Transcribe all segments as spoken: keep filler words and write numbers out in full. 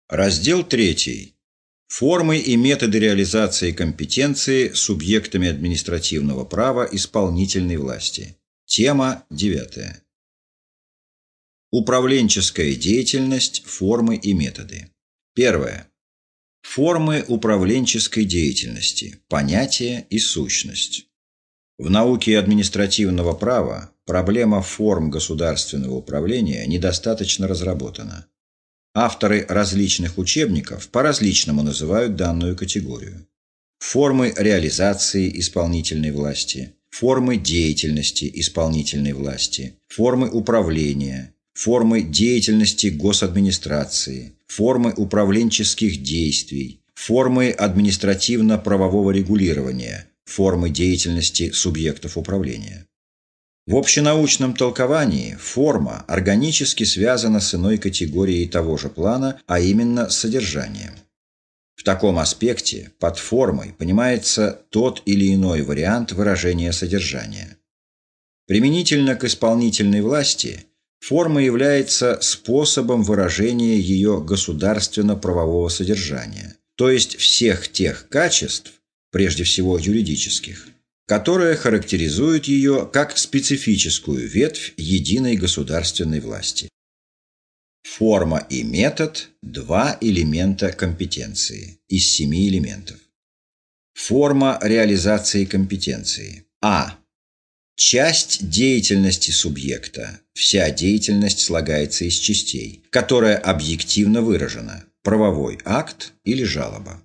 Раздел третий. Формы и методы реализации компетенции субъектами административного права исполнительной власти. Тема девятая. Управленческая деятельность, формы и методы. Первое. Формы управленческой деятельности, понятие и сущность. В науке административного права проблема форм государственного управления недостаточно разработана. Авторы различных учебников по-различному называют данную категорию. Формы реализации исполнительной власти, формы деятельности исполнительной власти, формы управления, формы деятельности госадминистрации, формы управленческих действий, формы административно-правового регулирования, формы деятельности субъектов управления. В общенаучном толковании форма органически связана с иной категорией того же плана, а именно с содержанием. В таком аспекте под формой понимается тот или иной вариант выражения содержания. Применительно к исполнительной власти форма является способом выражения ее государственно-правового содержания, то есть всех тех качеств, прежде всего юридических, которые характеризуют ее как специфическую ветвь единой государственной власти. Форма и метод – два элемента компетенции из семи элементов. Форма реализации компетенции. А. Часть деятельности субъекта. Вся деятельность слагается из частей, которая объективно выражена – правовой акт или жалоба.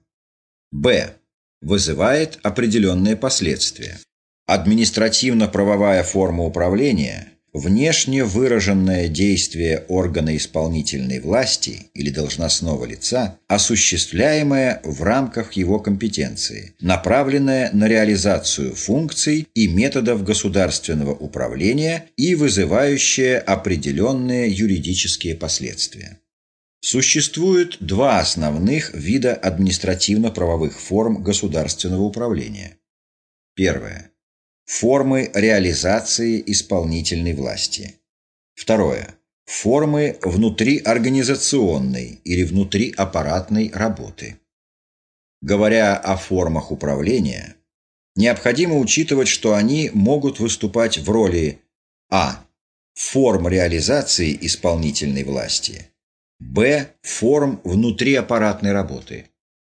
Б. Вызывает определенные последствия. Административно-правовая форма управления – внешне выраженное действие органа исполнительной власти или должностного лица, осуществляемое в рамках его компетенции, направленное на реализацию функций и методов государственного управления и вызывающее определенные юридические последствия. Существует два основных вида административно-правовых форм государственного управления. Первое. Формы реализации исполнительной власти. Второе. Формы внутриорганизационной или внутриаппаратной работы. Говоря о формах управления, необходимо учитывать, что они могут выступать в роли а. форм реализации исполнительной власти, б. форм внутриаппаратной работы.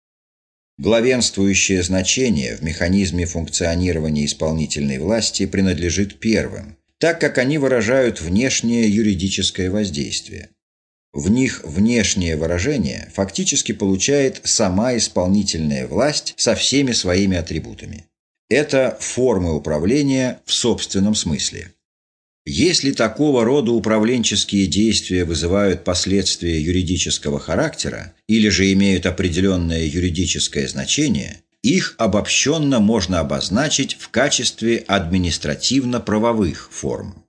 Главенствующее значение в механизме функционирования исполнительной власти принадлежит первым, так как они выражают внешнее юридическое воздействие. В них внешнее выражение фактически получает сама исполнительная власть со всеми своими атрибутами. Это формы управления в собственном смысле. Если такого рода управленческие действия вызывают последствия юридического характера или же имеют определенное юридическое значение, их обобщенно можно обозначить в качестве административно-правовых форм.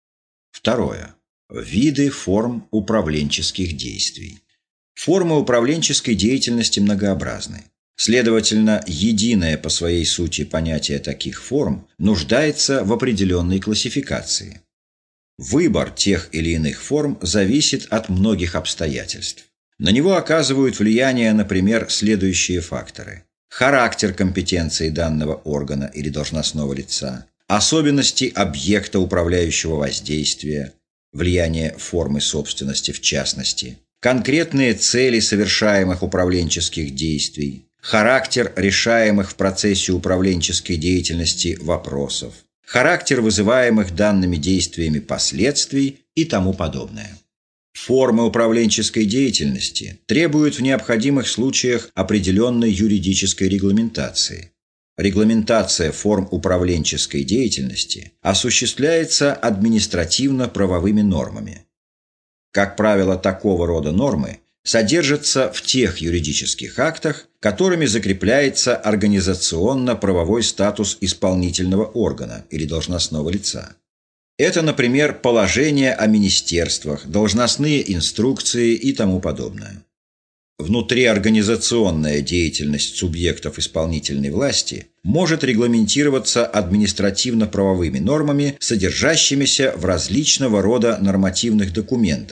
Второе. Виды форм управленческих действий. Формы управленческой деятельности многообразны. Следовательно, единое по своей сути понятие таких форм нуждается в определенной классификации. Выбор тех или иных форм зависит от многих обстоятельств. На него оказывают влияние, например, следующие факторы: характер компетенции данного органа или должностного лица, особенности объекта управляющего воздействия, влияние формы собственности в частности, конкретные цели совершаемых управленческих действий, характер решаемых в процессе управленческой деятельности вопросов, характер вызываемых данными действиями последствий и тому подобное. Формы управленческой деятельности требуют в необходимых случаях определенной юридической регламентации. Регламентация форм управленческой деятельности осуществляется административно-правовыми нормами. Как правило, такого рода нормы содержатся в тех юридических актах, которыми закрепляется организационно-правовой статус исполнительного органа или должностного лица. Это, например, положения о министерствах, должностные инструкции и тому подобное. Внутриорганизационная деятельность субъектов исполнительной власти может регламентироваться административно-правовыми нормами, содержащимися в различного рода нормативных документах,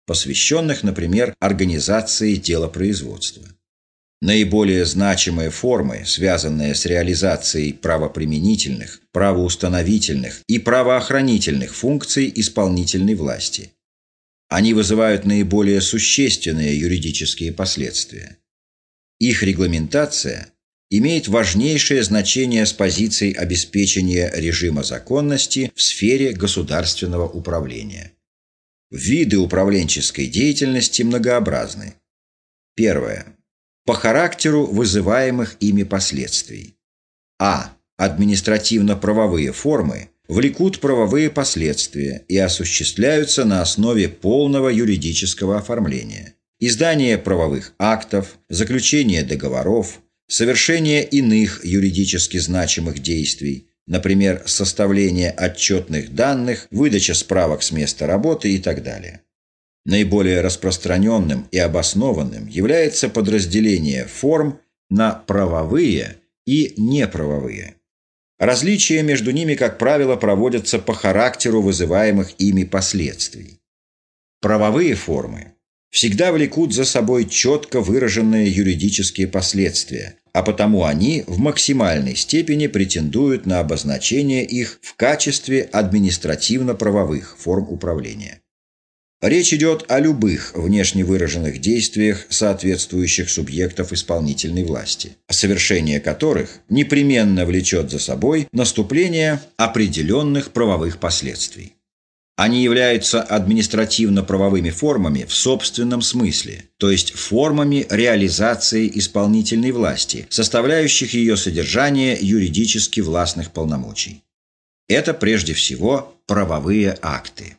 посвященных, например, организации делопроизводства. Наиболее значимые формы, связанные с реализацией правоприменительных, правоустановительных и правоохранительных функций исполнительной власти. Они вызывают наиболее существенные юридические последствия. Их регламентация имеет важнейшее значение с позиции обеспечения режима законности в сфере государственного управления. Виды управленческой деятельности многообразны. Первое. По характеру вызываемых ими последствий. А. Административно-правовые формы влекут правовые последствия и осуществляются на основе полного юридического оформления. Издание правовых актов, заключение договоров, совершение иных юридически значимых действий, например, составление отчетных данных, выдача справок с места работы и так далее. Наиболее распространенным и обоснованным является подразделение форм на правовые и неправовые. Различия между ними, как правило, проводятся по характеру вызываемых ими последствий. Правовые формы всегда влекут за собой четко выраженные юридические последствия, а потому они в максимальной степени претендуют на обозначение их в качестве административно-правовых форм управления. Речь идет о любых внешне выраженных действиях соответствующих субъектов исполнительной власти, совершение которых непременно влечет за собой наступление определенных правовых последствий. Они являются административно-правовыми формами в собственном смысле, то есть формами реализации исполнительной власти, составляющих ее содержание юридически властных полномочий. Это прежде всего правовые акты.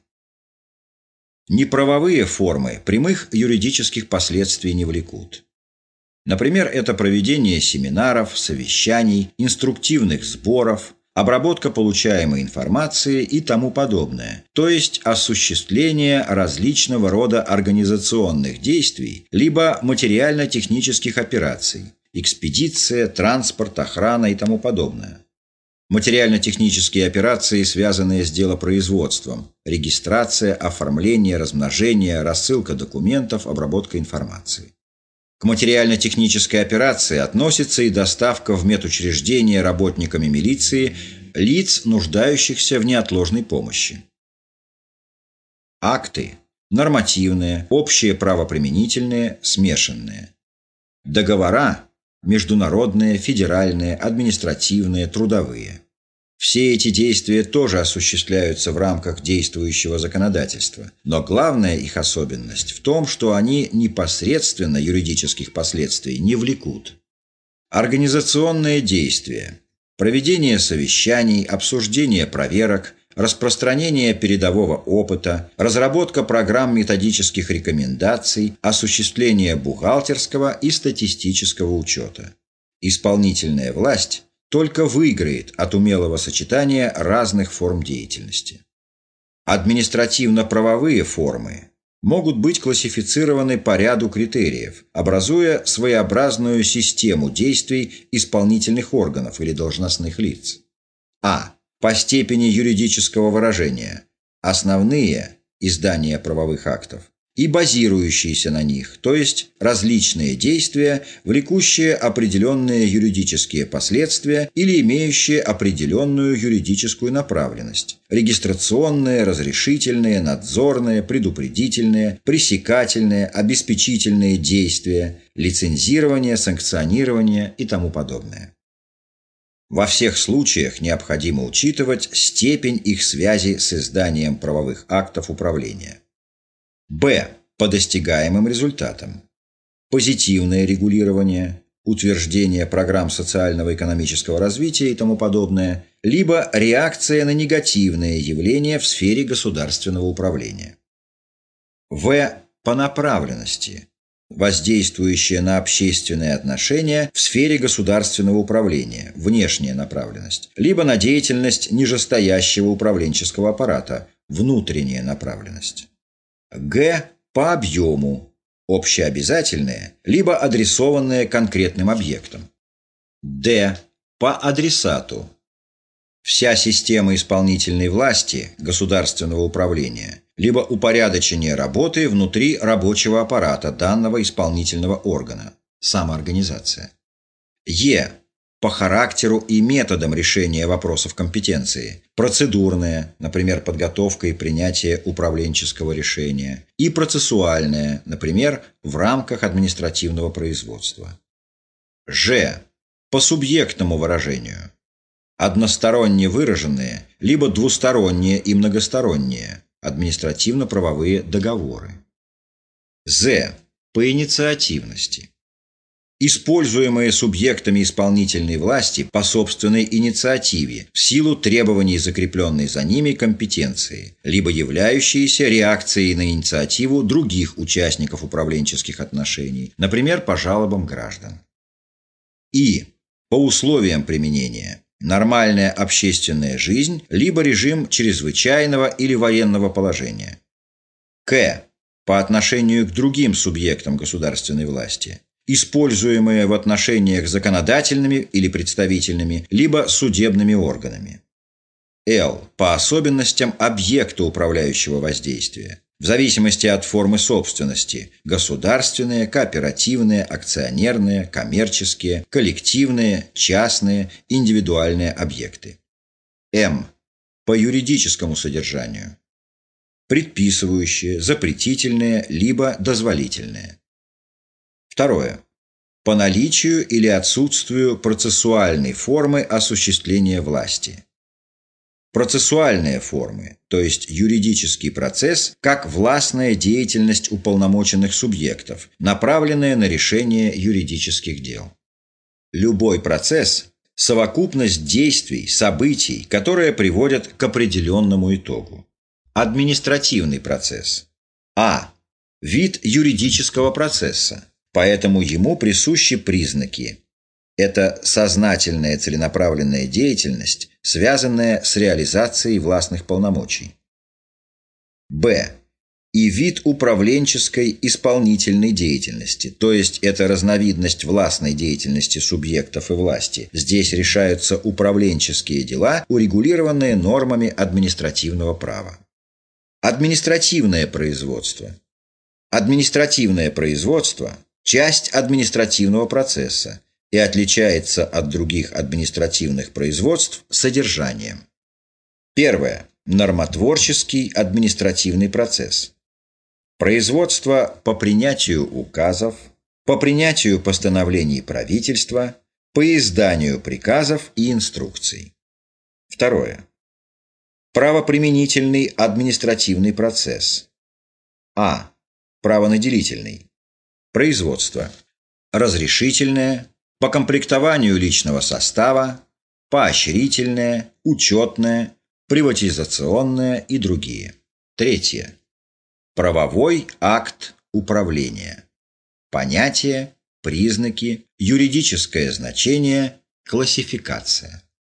Неправовые формы прямых юридических последствий не влекут. Например, это проведение семинаров, совещаний, инструктивных сборов, обработка получаемой информации и тому подобное, то есть осуществление различного рода организационных действий либо материально-технических операций, экспедиция, транспорт, охрана и тому подобное. Материально-технические операции, связанные с делопроизводством, регистрация, оформление, размножение, рассылка документов, обработка информации. К материально-технической операции относится и доставка в медучреждения работниками милиции лиц, нуждающихся в неотложной помощи. Акты – нормативные, общие правоприменительные, смешанные. Договора – международные, федеральные, административные, трудовые. Все эти действия тоже осуществляются в рамках действующего законодательства, но главная их особенность в том, что они непосредственно юридических последствий не влекут. Организационные действия, проведение совещаний, обсуждение проверок, распространение передового опыта, разработка программ методических рекомендаций, осуществление бухгалтерского и статистического учета. Исполнительная власть только выиграет от умелого сочетания разных форм деятельности. Административно-правовые формы могут быть классифицированы по ряду критериев, образуя своеобразную систему действий исполнительных органов или должностных лиц. А. По степени юридического выражения. Основные издания правовых актов и базирующиеся на них, то есть различные действия, влекущие определенные юридические последствия или имеющие определенную юридическую направленность. Регистрационные, разрешительные, надзорные, предупредительные, пресекательные, обеспечительные действия, лицензирование, санкционирование и тому подобное. Во всех случаях необходимо учитывать степень их связи с изданием правовых актов управления. Б. По достигаемым результатам. Позитивное регулирование, утверждение программ социального и экономического развития и тому подобное, либо реакция на негативные явления в сфере государственного управления. В. По направленности. Воздействующее на общественные отношения в сфере государственного управления, внешняя направленность, либо на деятельность нижестоящего управленческого аппарата, внутренняя направленность. Г. По объему, общеобязательное, либо адресованное конкретным объектам. Д. По адресату. Вся система исполнительной власти, государственного управления, либо упорядочение работы внутри рабочего аппарата данного исполнительного органа, самоорганизация. Е. По характеру и методам решения вопросов компетенции. Процедурное, например, подготовка и принятие управленческого решения. И процессуальное, например, в рамках административного производства. Ж. По субъектному выражению. Односторонне выраженные, либо двусторонние и многосторонние административно-правовые договоры. З. По инициативности. Используемые субъектами исполнительной власти по собственной инициативе в силу требований закрепленной за ними компетенции, либо являющиеся реакцией на инициативу других участников управленческих отношений, например, по жалобам граждан. И. По условиям применения. Нормальная общественная жизнь, либо режим чрезвычайного или военного положения. К. По отношению к другим субъектам государственной власти, используемые в отношениях законодательными или представительными, либо судебными органами. Л. По особенностям объекта управляющего воздействия, в зависимости от формы собственности – государственные, кооперативные, акционерные, коммерческие, коллективные, частные, индивидуальные объекты. М. По юридическому содержанию. Предписывающие, запретительные, либо дозволительные. Второе. По наличию или отсутствию процессуальной формы осуществления власти. Процессуальные формы, то есть юридический процесс, как властная деятельность уполномоченных субъектов, направленная на решение юридических дел. Любой процесс – совокупность действий, событий, которые приводят к определенному итогу. Административный процесс. А. Вид юридического процесса, поэтому ему присущи признаки. Это сознательная целенаправленная деятельность, связанная с реализацией властных полномочий. Б. И вид управленческой исполнительной деятельности, то есть это разновидность властной деятельности субъектов и власти. Здесь решаются управленческие дела, урегулированные нормами административного права. Административное производство. Административное производство – часть административного процесса и отличается от других административных производств содержанием. Первое. Нормотворческий административный процесс. Производство по принятию указов, по принятию постановлений правительства, по изданию приказов и инструкций. Второе. Правоприменительный административный процесс. А. Правонаделительный. Производство. Разрешительное, по комплектованию личного состава, поощрительное, учетное, приватизационное и другие. Третье. Правовой акт управления. Понятие, признаки, юридическое значение, классификация.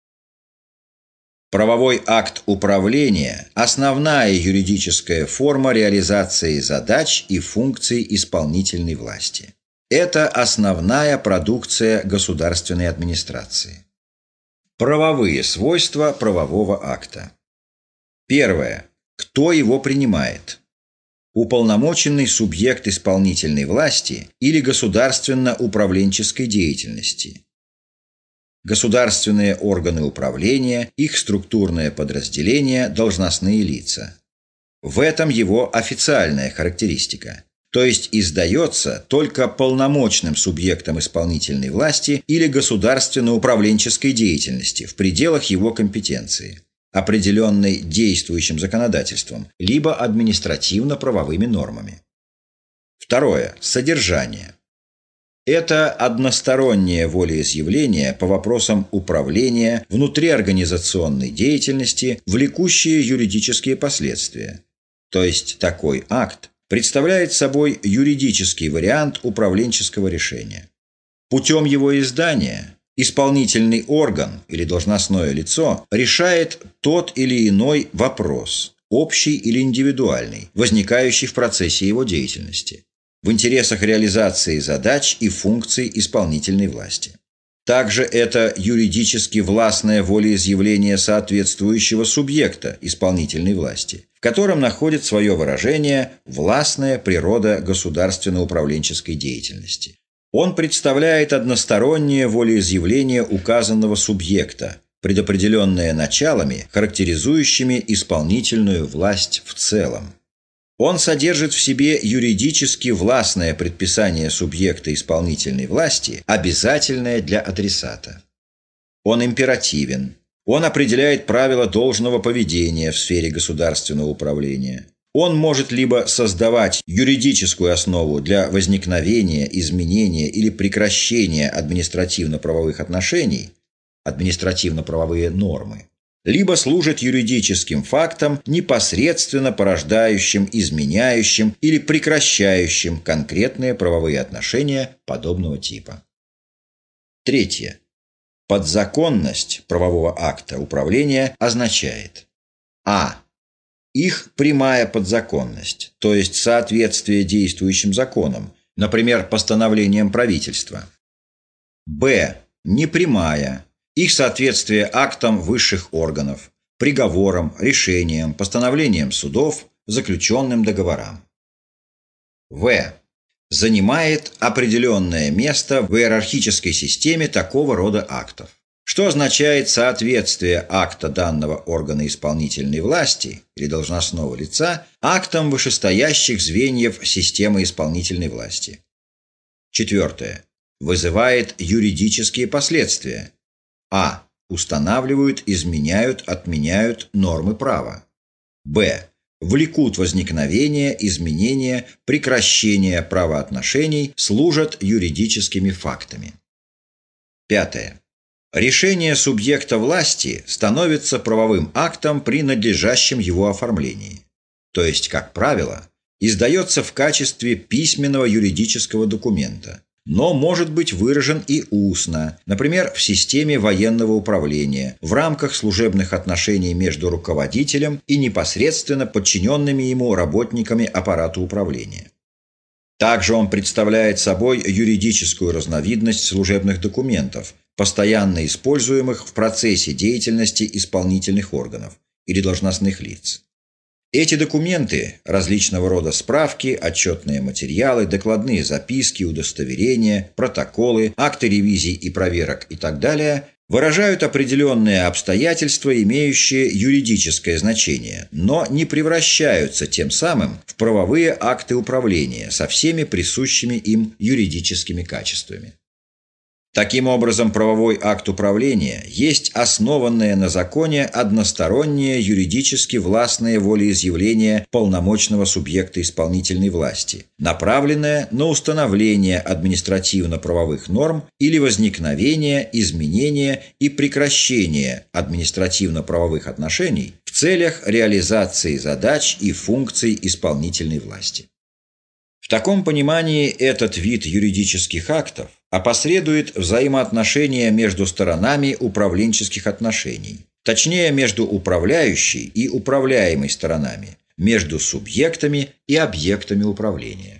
Правовой акт управления – основная юридическая форма реализации задач и функций исполнительной власти. Это основная продукция государственной администрации. Правовые свойства правового акта. Первое. Кто его принимает? Уполномоченный субъект исполнительной власти или государственно-управленческой деятельности. Государственные органы управления, их структурное подразделение, должностные лица. В этом его официальная характеристика. То есть издается только полномочным субъектом исполнительной власти или государственно-управленческой деятельности в пределах его компетенции, определенной действующим законодательством, либо административно-правовыми нормами. Второе. Содержание. Это одностороннее волеизъявление по вопросам управления, внутриорганизационной деятельности, влекущие юридические последствия. То есть такой акт представляет собой юридический вариант управленческого решения. Путем его издания исполнительный орган или должностное лицо решает тот или иной вопрос, общий или индивидуальный, возникающий в процессе его деятельности, в интересах реализации задач и функций исполнительной власти. Также это юридически властное волеизъявление соответствующего субъекта исполнительной власти, в котором находит свое выражение властная природа государственно-управленческой деятельности. Он представляет одностороннее волеизъявление указанного субъекта, предопределенное началами, характеризующими исполнительную власть в целом. Он содержит в себе юридически властное предписание субъекта исполнительной власти, обязательное для адресата. Он императивен. Он определяет правила должного поведения в сфере государственного управления. Он может либо создавать юридическую основу для возникновения, изменения или прекращения административно-правовых отношений, административно-правовые нормы, либо служит юридическим фактом, непосредственно порождающим, изменяющим или прекращающим конкретные правовые отношения подобного типа. Третье. Подзаконность правового акта управления означает: а. Их прямая подзаконность, то есть соответствие действующим законам, например, постановлениям правительства. б. Непрямая. Их соответствие актам высших органов, приговорам, решениям, постановлениям судов, заключенным договорам. В. Занимает определенное место в иерархической системе такого рода актов. Что означает соответствие акта данного органа исполнительной власти или должностного лица актам вышестоящих звеньев системы исполнительной власти. Четвертое. Вызывает юридические последствия. А. Устанавливают, изменяют, отменяют нормы права. Б. Влекут возникновение, изменение, прекращение правоотношений, служат юридическими фактами. Пятое. Решение субъекта власти становится правовым актом при надлежащем его оформлении. То есть, как правило, издается в качестве письменного юридического документа, но может быть выражен и устно, например, в системе военного управления, в рамках служебных отношений между руководителем и непосредственно подчиненными ему работниками аппарата управления. Также он представляет собой юридическую разновидность служебных документов, постоянно используемых в процессе деятельности исполнительных органов или должностных лиц. Эти документы – различного рода справки, отчетные материалы, докладные записки, удостоверения, протоколы, акты ревизий и проверок и так далее – выражают определенные обстоятельства, имеющие юридическое значение, но не превращаются тем самым в правовые акты управления со всеми присущими им юридическими качествами. Таким образом, правовой акт управления есть основанное на законе одностороннее юридически властное волеизъявление полномочного субъекта исполнительной власти, направленное на установление административно-правовых норм или возникновение, изменение и прекращение административно-правовых отношений в целях реализации задач и функций исполнительной власти. В таком понимании этот вид юридических актов опосредует взаимоотношения между сторонами управленческих отношений, точнее, между управляющей и управляемой сторонами, между субъектами и объектами управления.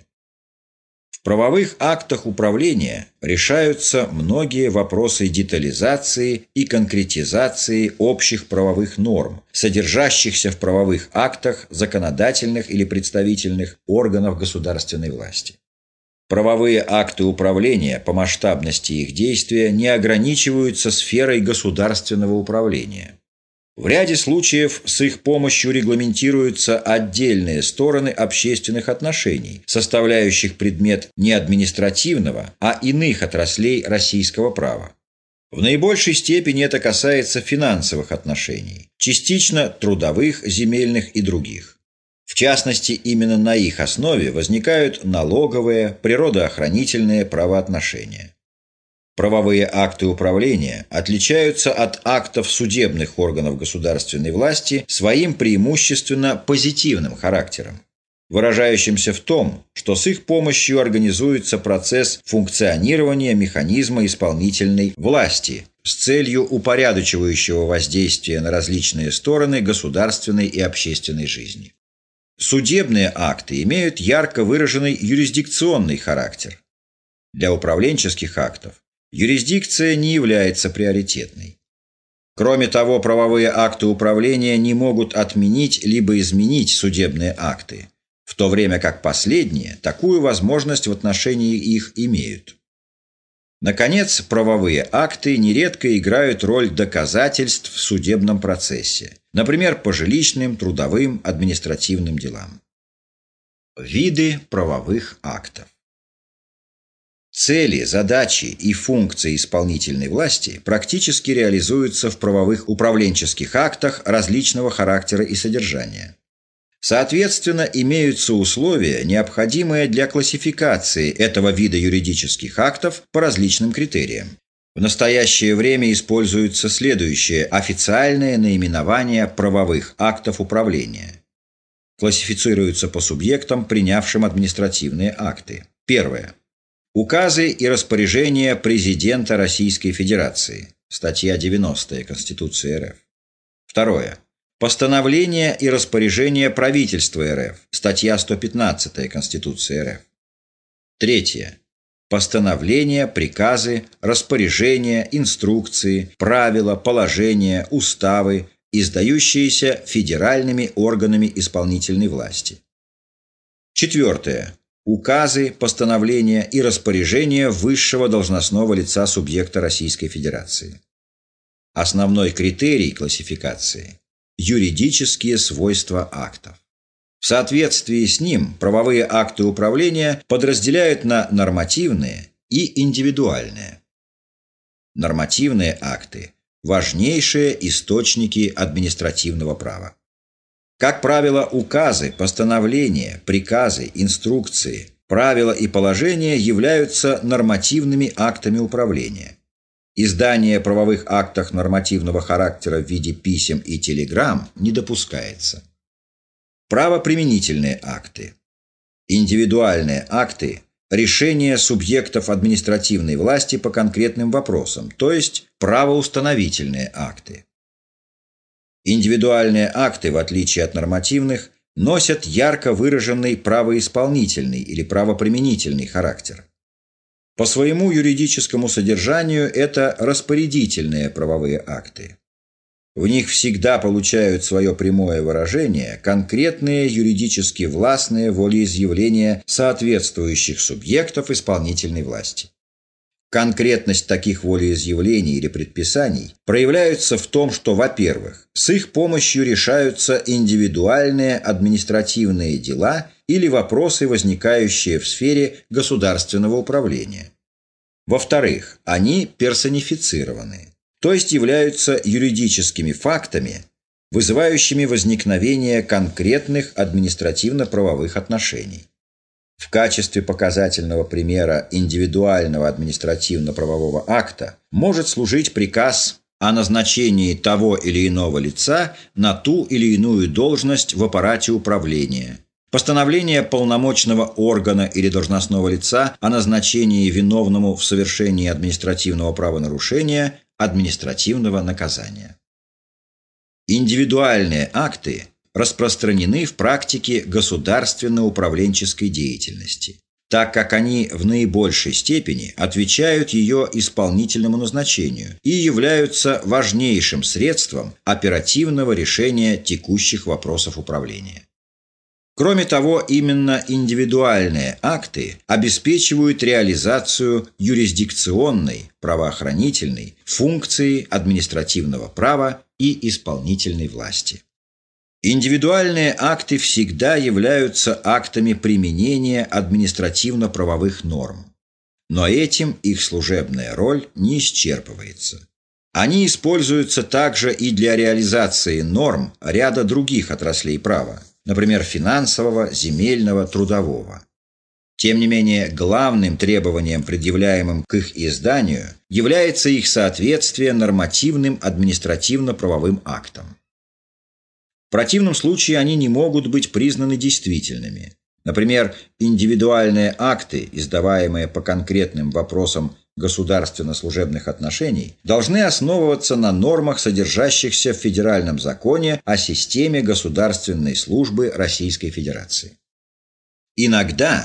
В правовых актах управления решаются многие вопросы детализации и конкретизации общих правовых норм, содержащихся в правовых актах законодательных или представительных органов государственной власти. Правовые акты управления по масштабности их действия не ограничиваются сферой государственного управления. В ряде случаев с их помощью регламентируются отдельные стороны общественных отношений, составляющих предмет не административного, а иных отраслей российского права. В наибольшей степени это касается финансовых отношений, частично трудовых, земельных и других. В частности, именно на их основе возникают налоговые, природоохранительные правоотношения. Правовые акты управления отличаются от актов судебных органов государственной власти своим преимущественно позитивным характером, выражающимся в том, что с их помощью организуется процесс функционирования механизма исполнительной власти с целью упорядочивающего воздействия на различные стороны государственной и общественной жизни. Судебные акты имеют ярко выраженный юрисдикционный характер. Для управленческих актов Юрисдикция не является приоритетной. Кроме того, правовые акты управления не могут отменить либо изменить судебные акты, в то время как последние такую возможность в отношении их имеют. Наконец, правовые акты нередко играют роль доказательств в судебном процессе, например, по жилищным, трудовым, административным делам. Виды правовых актов. Цели, задачи и функции исполнительной власти практически реализуются в правовых управленческих актах различного характера и содержания. Соответственно, имеются условия, необходимые для классификации этого вида юридических актов по различным критериям. В настоящее время используются следующие официальные наименования правовых актов управления. Классифицируются по субъектам, принявшим административные акты. Первое. Указы и распоряжения президента Российской Федерации. Статья девяностая Конституции эр эф. Второе. Постановления и распоряжения правительства эр эф. Статья сто пятнадцатая Конституции эр эф. Третье. Постановления, приказы, распоряжения, инструкции, правила, положения, уставы, издающиеся федеральными органами исполнительной власти. Четвертое. Указы, постановления и распоряжения высшего должностного лица субъекта Российской Федерации. Основной критерий классификации – юридические свойства актов. В соответствии с ним правовые акты управления подразделяют на нормативные и индивидуальные. Нормативные акты – важнейшие источники административного права. Как правило, указы, постановления, приказы, инструкции, правила и положения являются нормативными актами управления. Издание правовых актов нормативного характера в виде писем и телеграмм не допускается. Правоприменительные акты. Индивидуальные акты – решения субъектов административной власти по конкретным вопросам, то есть правоустановительные акты. Индивидуальные акты, в отличие от нормативных, носят ярко выраженный правоисполнительный или правоприменительный характер. По своему юридическому содержанию это распорядительные правовые акты. В них всегда получают свое прямое выражение конкретные юридически властные волеизъявления соответствующих субъектов исполнительной власти. Конкретность таких волеизъявлений или предписаний проявляется в том, что, во-первых, с их помощью решаются индивидуальные административные дела или вопросы, возникающие в сфере государственного управления. Во-вторых, они персонифицированы, то есть являются юридическими фактами, вызывающими возникновение конкретных административно-правовых отношений. В качестве показательного примера индивидуального административно-правового акта может служить приказ о назначении того или иного лица на ту или иную должность в аппарате управления, постановление полномочного органа или должностного лица о назначении виновному в совершении административного правонарушения административного наказания. Индивидуальные акты распространены в практике государственно-управленческой деятельности, так как они в наибольшей степени отвечают ее исполнительному назначению и являются важнейшим средством оперативного решения текущих вопросов управления. Кроме того, именно индивидуальные акты обеспечивают реализацию юрисдикционной, правоохранительной функции административного права и исполнительной власти. Индивидуальные акты всегда являются актами применения административно-правовых норм, но этим их служебная роль не исчерпывается. Они используются также и для реализации норм ряда других отраслей права, например, финансового, земельного, трудового. Тем не менее, главным требованием, предъявляемым к их изданию, является их соответствие нормативным административно-правовым актам. В противном случае они не могут быть признаны действительными. Например, индивидуальные акты, издаваемые по конкретным вопросам государственно-служебных отношений, должны основываться на нормах, содержащихся в Федеральном законе о системе государственной службы Российской Федерации. Иногда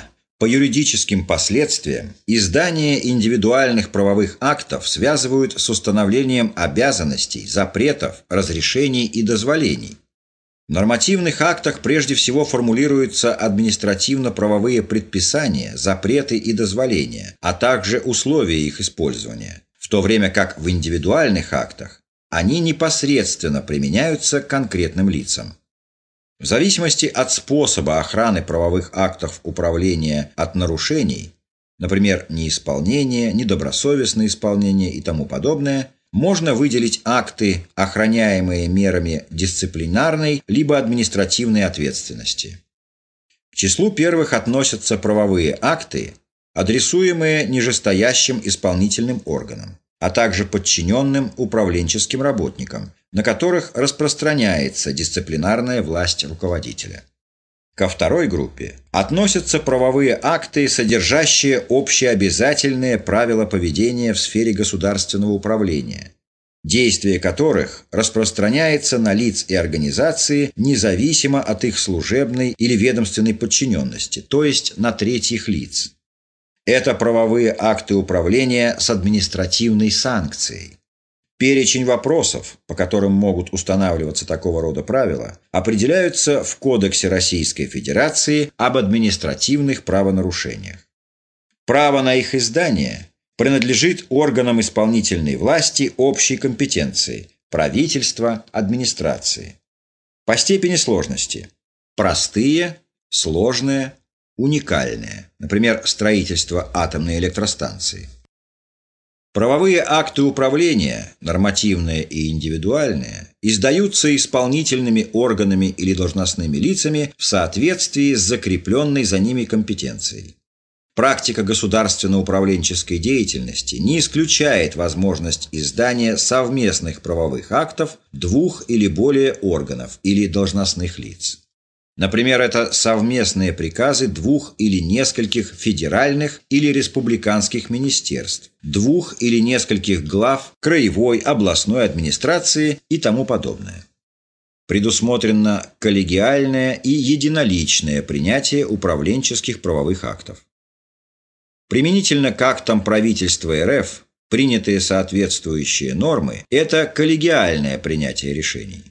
По юридическим последствиям издание индивидуальных правовых актов связывают с установлением обязанностей, запретов, разрешений и дозволений. В нормативных актах прежде всего формулируются административно-правовые предписания, запреты и дозволения, а также условия их использования, в то время как в индивидуальных актах они непосредственно применяются к конкретным лицам. В зависимости от способа охраны правовых актов управления от нарушений, например, неисполнение, недобросовестное исполнение и тому подобное, можно выделить акты, охраняемые мерами дисциплинарной либо административной ответственности. К числу первых относятся правовые акты, адресуемые нижестоящим исполнительным органам, а также подчиненным управленческим работникам, на которых распространяется дисциплинарная власть руководителя. Ко второй группе относятся правовые акты, содержащие общеобязательные правила поведения в сфере государственного управления, действие которых распространяется на лиц и организации независимо от их служебной или ведомственной подчиненности, то есть на третьих лиц. Это правовые акты управления с административной санкцией. Перечень вопросов, по которым могут устанавливаться такого рода правила, определяются в Кодексе Российской Федерации об административных правонарушениях. Право на их издание принадлежит органам исполнительной власти общей компетенции – правительства, администрации. По степени сложности – простые, сложные, уникальные, например, строительство атомной электростанции. Правовые акты управления, нормативные и индивидуальные, издаются исполнительными органами или должностными лицами в соответствии с закрепленной за ними компетенцией. Практика государственно-управленческой деятельности не исключает возможность издания совместных правовых актов двух или более органов или должностных лиц. Например, это совместные приказы двух или нескольких федеральных или республиканских министерств, двух или нескольких глав краевой, областной администрации и тому подобное. Предусмотрено коллегиальное и единоличное принятие управленческих правовых актов. Применительно к актам правительства РФ, принятые соответствующие нормы, это коллегиальное принятие решений.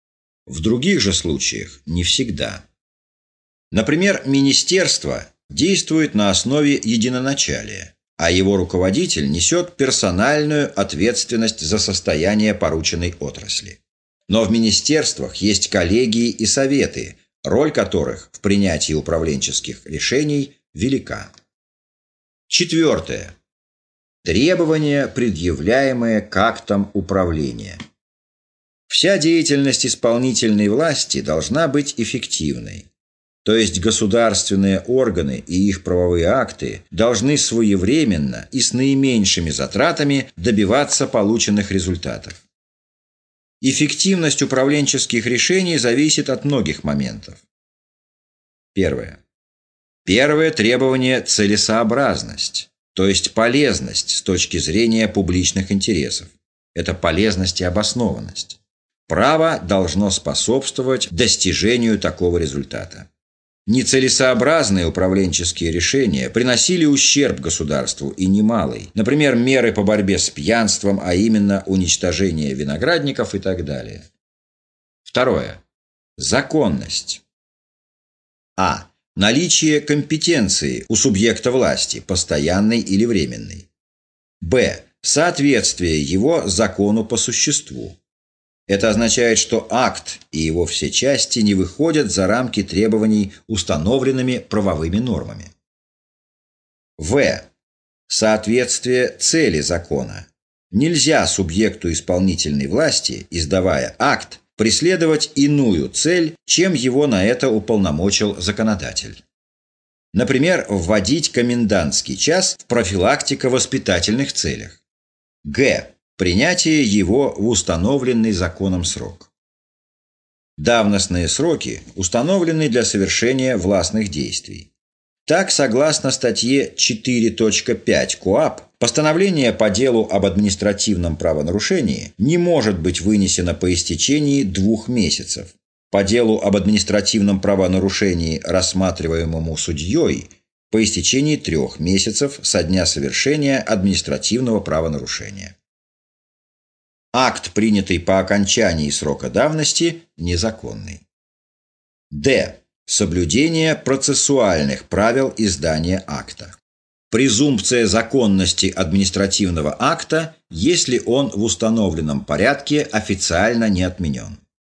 В других же случаях не всегда. Например, министерство действует на основе единоначалия, а его руководитель несет персональную ответственность за состояние порученной отрасли. Но в министерствах есть коллегии и советы, роль которых в принятии управленческих решений велика. Четвертое. Требования, предъявляемые к актам управления. Вся деятельность исполнительной власти должна быть эффективной. То есть государственные органы и их правовые акты должны своевременно и с наименьшими затратами добиваться полученных результатов. Эффективность управленческих решений зависит от многих моментов. Первое. Первое требование – целесообразность, то есть полезность с точки зрения публичных интересов. Это полезность и обоснованность. Право должно способствовать достижению такого результата. Нецелесообразные управленческие решения приносили ущерб государству и немалый, например, меры по борьбе с пьянством, а именно уничтожение виноградников и так далее. Второе. Законность. А. Наличие компетенции у субъекта власти, постоянной или временной. Б. Соответствие его закону по существу. Это означает, что акт и его все части не выходят за рамки требований, установленными правовыми нормами. В. Соответствие цели закона. Нельзя субъекту исполнительной власти, издавая акт, преследовать иную цель, чем его на это уполномочил законодатель. Например, вводить комендантский час в профилактико-воспитательных целях. Г. Принятие его в установленный законом срок. Давностные сроки установлены для совершения властных действий. Так, согласно статье четыре точка пять КоАП, постановление по делу об административном правонарушении не может быть вынесено по истечении двух месяцев. По делу об административном правонарушении, рассматриваемому судьей, по истечении трех месяцев со дня совершения административного правонарушения. Акт, принятый по окончании срока давности, незаконный. Д. Соблюдение процессуальных правил издания акта. Презумпция законности административного акта, если он в установленном порядке официально не отменен.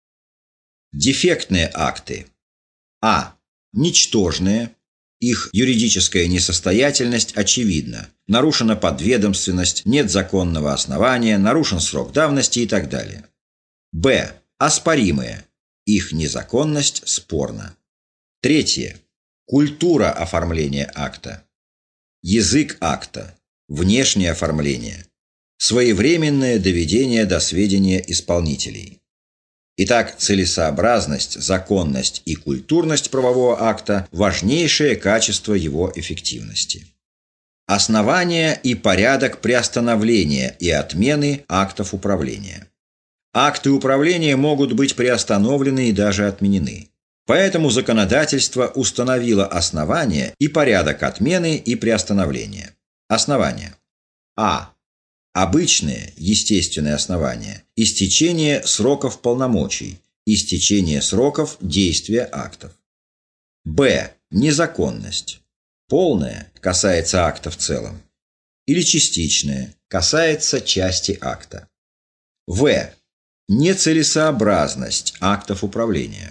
Дефектные акты. А. Ничтожные. Их юридическая несостоятельность очевидна. Нарушена подведомственность, нет законного основания, нарушен срок давности и так далее. Б. Оспоримые. Их незаконность спорна. Третье. Культура оформления акта. Язык акта. Внешнее оформление. Своевременное доведение до сведения исполнителей. Итак, целесообразность, законность и культурность правового акта – важнейшее качество его эффективности. Основания и порядок приостановления и отмены актов управления. Акты управления могут быть приостановлены и даже отменены. Поэтому законодательство установило основания и порядок отмены и приостановления. Основания. А. Обычные, естественные основания. Истечение сроков полномочий. Истечение сроков действия актов. Б. Незаконность. Полная касается акта в целом. Или частичная касается части акта. В. Нецелесообразность актов управления.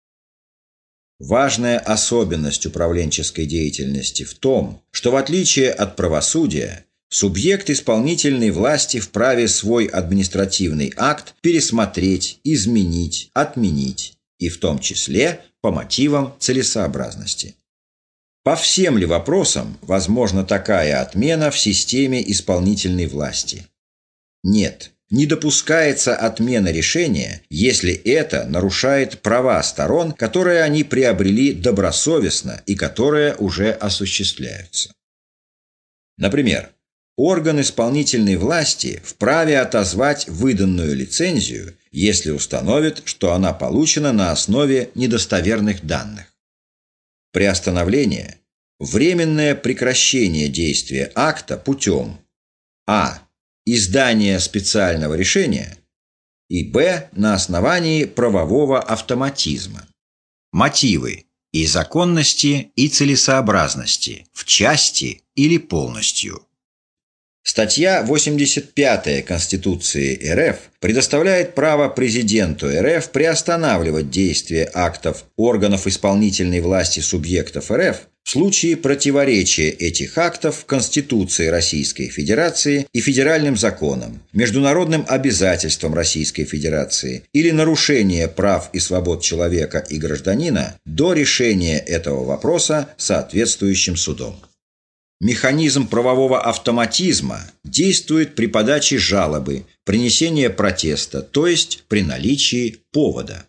Важная особенность управленческой деятельности в том, что в отличие от правосудия, субъект исполнительной власти вправе свой административный акт пересмотреть, изменить, отменить, и в том числе по мотивам целесообразности. По всем ли вопросам возможна такая отмена в системе исполнительной власти? Нет. Не допускается отмена решения, если это нарушает права сторон, которые они приобрели добросовестно и которые уже осуществляются. Например, орган исполнительной власти вправе отозвать выданную лицензию, если установит, что она получена на основе недостоверных данных. Приостановление – временное прекращение действия акта путем а. издания специального решения и б. на основании правового автоматизма. Мотивы и законности, и целесообразности в части или полностью. Статья восемьдесят пятая Конституции РФ предоставляет право президенту РФ приостанавливать действие актов органов исполнительной власти субъектов РФ в случае противоречия этих актов Конституции Российской Федерации и федеральным законам, международным обязательствам Российской Федерации или нарушения прав и свобод человека и гражданина до решения этого вопроса соответствующим судом. Механизм правового автоматизма действует при подаче жалобы, принесении протеста, то есть при наличии повода.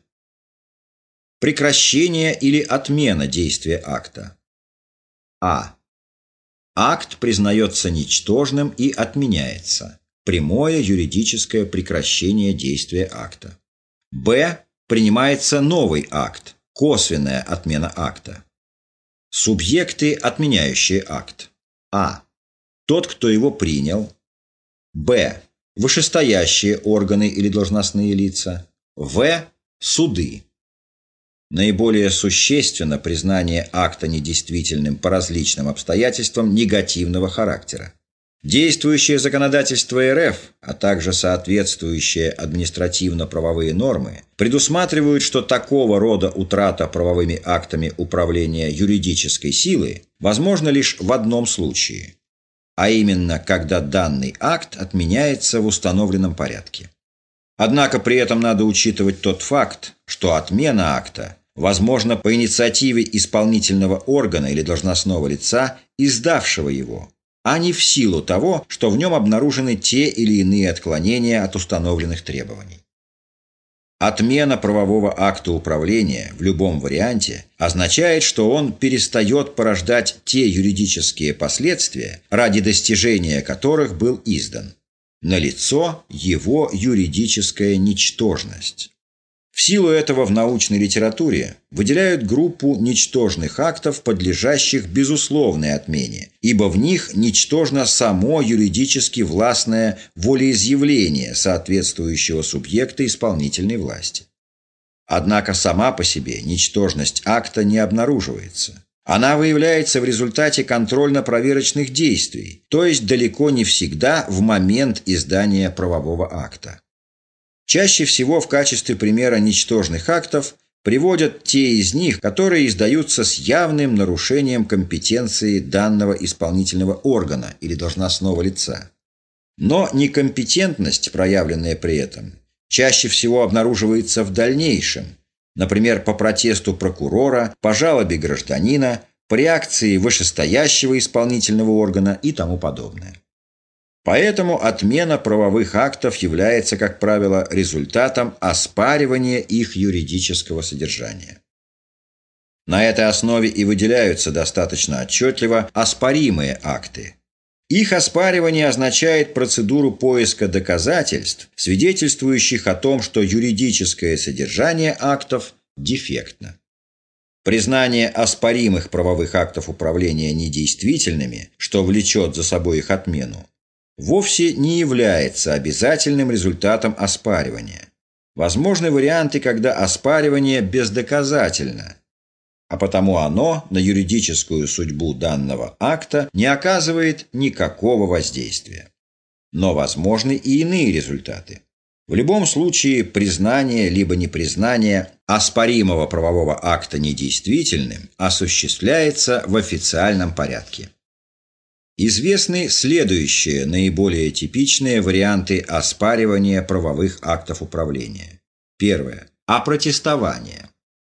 Прекращение или отмена действия акта. А. Акт признается ничтожным и отменяется. Прямое юридическое прекращение действия акта. Б. Принимается новый акт. Косвенная отмена акта. Субъекты, отменяющие акт. А. Тот, кто его принял. Б. Вышестоящие органы или должностные лица. В. Суды. Наиболее существенно признание акта недействительным по различным обстоятельствам негативного характера. Действующее законодательство РФ, а также соответствующие административно-правовые нормы предусматривают, что такого рода утрата правовыми актами управления юридической силы возможна лишь в одном случае, а именно, когда данный акт отменяется в установленном порядке. Однако при этом надо учитывать тот факт, что отмена акта возможна по инициативе исполнительного органа или должностного лица, издавшего его, а не в силу того, что в нем обнаружены те или иные отклонения от установленных требований. Отмена правового акта управления в любом варианте означает, что он перестает порождать те юридические последствия, ради достижения которых был издан. Налицо его юридическая ничтожность. В силу этого в научной литературе выделяют группу ничтожных актов, подлежащих безусловной отмене, ибо в них ничтожно само юридически властное волеизъявление соответствующего субъекта исполнительной власти. Однако сама по себе ничтожность акта не обнаруживается. Она выявляется в результате контрольно-проверочных действий, то есть далеко не всегда в момент издания правового акта. Чаще всего в качестве примера ничтожных актов приводят те из них, которые издаются с явным нарушением компетенции данного исполнительного органа или должностного лица. Но некомпетентность, проявленная при этом, чаще всего обнаруживается в дальнейшем, например, по протесту прокурора, по жалобе гражданина, по реакции вышестоящего исполнительного органа и тому подобное. Поэтому отмена правовых актов является, как правило, результатом оспаривания их юридического содержания. На этой основе и выделяются достаточно отчетливо оспоримые акты. Их оспаривание означает процедуру поиска доказательств, свидетельствующих о том, что юридическое содержание актов дефектно. Признание оспоримых правовых актов управления недействительными, что влечет за собой их отмену, вовсе не является обязательным результатом оспаривания. Возможны варианты, когда оспаривание бездоказательно, а потому оно на юридическую судьбу данного акта не оказывает никакого воздействия. Но возможны и иные результаты. В любом случае признание либо непризнание оспоримого правового акта недействительным осуществляется в официальном порядке. Известны следующие наиболее типичные варианты оспаривания правовых актов управления. Первое. Опротестование.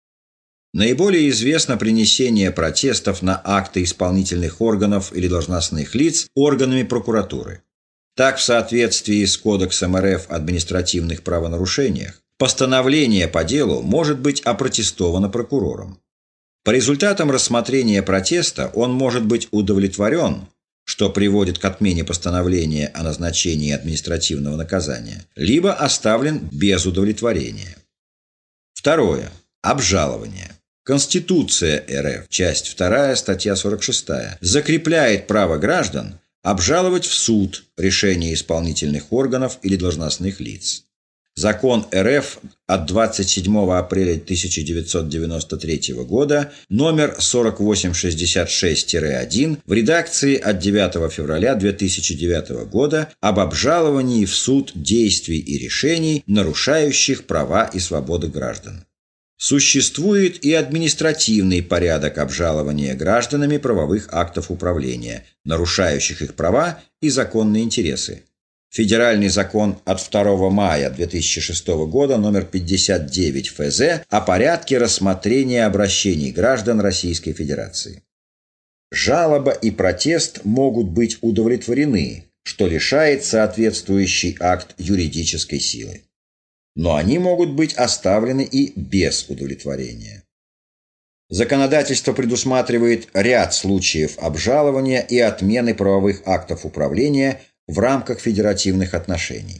Наиболее известно принесение протестов на акты исполнительных органов или должностных лиц органами прокуратуры. Так, в соответствии с Кодексом эр эф административных правонарушениях, постановление по делу может быть опротестовано прокурором. По результатам рассмотрения протеста он может быть удовлетворен, что приводит к отмене постановления о назначении административного наказания, либо оставлен без удовлетворения. Второе. Обжалование. Конституция эр эф, часть вторая, статья сорок шестая, закрепляет право граждан обжаловать в суд решения исполнительных органов или должностных лиц. Закон эр эф от двадцать седьмого апреля тысяча девятьсот девяносто третьего года номер сорок восемь шестьдесят шесть один в редакции от девятого февраля две тысячи девятого года об обжаловании в суд действий и решений, нарушающих права и свободы граждан. Существует и административный порядок обжалования гражданами правовых актов управления, нарушающих их права и законные интересы. Федеральный закон от второго мая две тысячи шестого года номер пятьдесят девять эф зэ о порядке рассмотрения обращений граждан Российской Федерации. Жалоба и протест могут быть удовлетворены, что лишает соответствующий акт юридической силы. Но они могут быть оставлены и без удовлетворения. Законодательство предусматривает ряд случаев обжалования и отмены правовых актов управления в рамках федеративных отношений.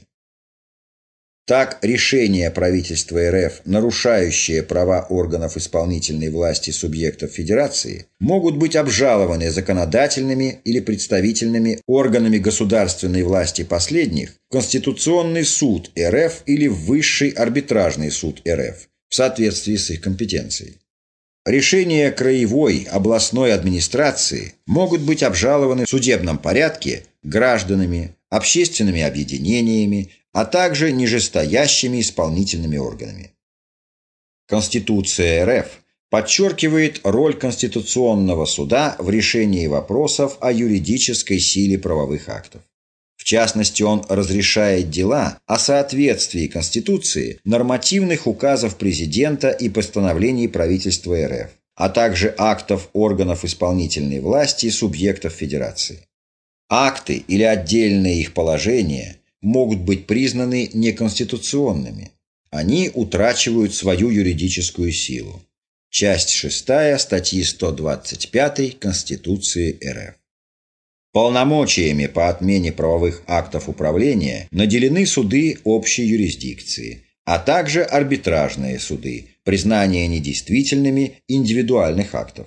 Так, решения правительства эр эф, нарушающие права органов исполнительной власти субъектов Федерации, могут быть обжалованы законодательными или представительными органами государственной власти последних в Конституционный суд эр эф или в Высший арбитражный суд эр эф в соответствии с их компетенцией. Решения краевой, областной администрации могут быть обжалованы в судебном порядке гражданами, общественными объединениями, а также нижестоящими исполнительными органами. Конституция эр эф подчеркивает роль Конституционного суда в решении вопросов о юридической силе правовых актов. В частности, он разрешает дела о соответствии Конституции нормативных указов президента и постановлений правительства эр эф, а также актов органов исполнительной власти и субъектов Федерации. Акты или отдельные их положения могут быть признаны неконституционными. Они утрачивают свою юридическую силу. Часть шестая статьи сто двадцать пять Конституции эр эф. Полномочиями по отмене правовых актов управления наделены суды общей юрисдикции, а также арбитражные суды, признание недействительными индивидуальных актов.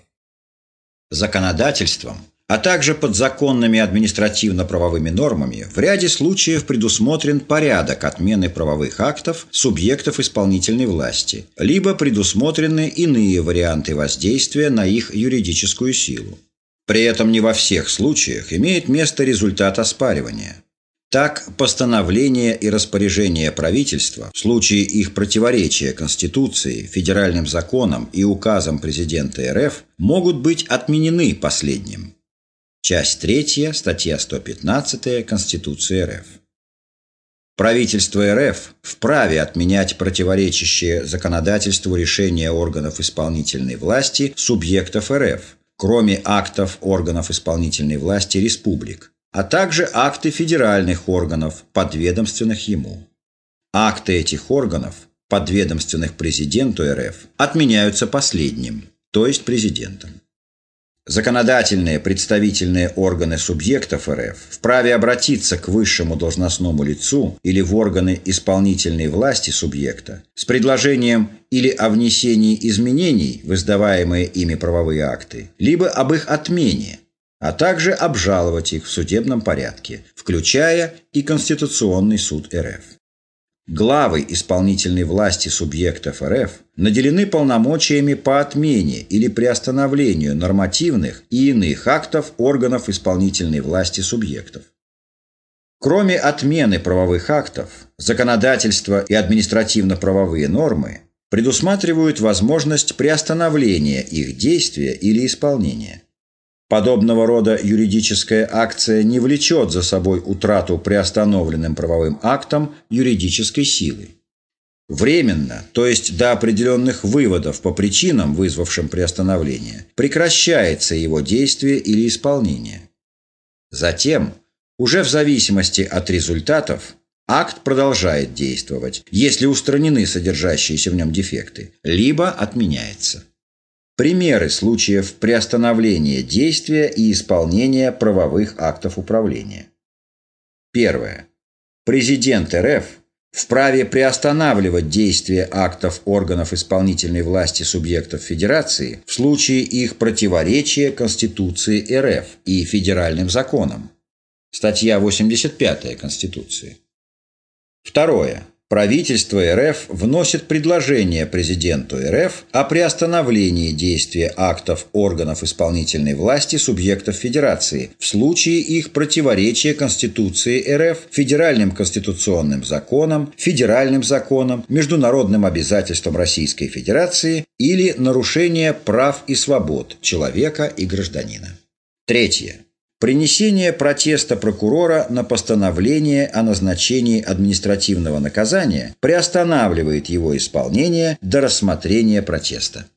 Законодательством, а также подзаконными административно-правовыми нормами в ряде случаев предусмотрен порядок отмены правовых актов субъектов исполнительной власти, либо предусмотрены иные варианты воздействия на их юридическую силу. При этом не во всех случаях имеет место результат оспаривания. Так, постановления и распоряжения правительства в случае их противоречия Конституции, федеральным законам и указам президента РФ могут быть отменены последним. Часть третья, статья сто пятнадцатая Конституции РФ. Правительство РФ вправе отменять противоречащие законодательству решения органов исполнительной власти субъектов РФ, кроме актов органов исполнительной власти республик, а также акты федеральных органов, подведомственных ему. Акты этих органов, подведомственных президенту РФ, отменяются последним, то есть президентом. Законодательные представительные органы субъектов РФ вправе обратиться к высшему должностному лицу или в органы исполнительной власти субъекта с предложением или о внесении изменений в издаваемые ими правовые акты, либо об их отмене, а также обжаловать их в судебном порядке, включая и Конституционный суд РФ. Главы исполнительной власти субъектов РФ наделены полномочиями по отмене или приостановлению нормативных и иных актов органов исполнительной власти субъектов. Кроме отмены правовых актов, законодательство и административно-правовые нормы предусматривают возможность приостановления их действия или исполнения. Подобного рода юридическая акция не влечет за собой утрату приостановленным правовым актом юридической силы. Временно, то есть до определенных выводов по причинам, вызвавшим приостановление, прекращается его действие или исполнение. Затем, уже в зависимости от результатов, акт продолжает действовать, если устранены содержащиеся в нем дефекты, либо отменяется. Примеры случаев приостановления действия и исполнения правовых актов управления. Первое. Президент РФ вправе приостанавливать действие актов органов исполнительной власти субъектов Федерации в случае их противоречия Конституции РФ и федеральным законам. Статья восемьдесят пятая Конституции. Второе. Правительство РФ вносит предложение президенту РФ о приостановлении действия актов органов исполнительной власти субъектов Федерации в случае их противоречия Конституции РФ, федеральным конституционным законам, федеральным законам, международным обязательствам Российской Федерации или нарушения прав и свобод человека и гражданина. Третье. Принесение протеста прокурора на постановление о назначении административного наказания приостанавливает его исполнение до рассмотрения протеста.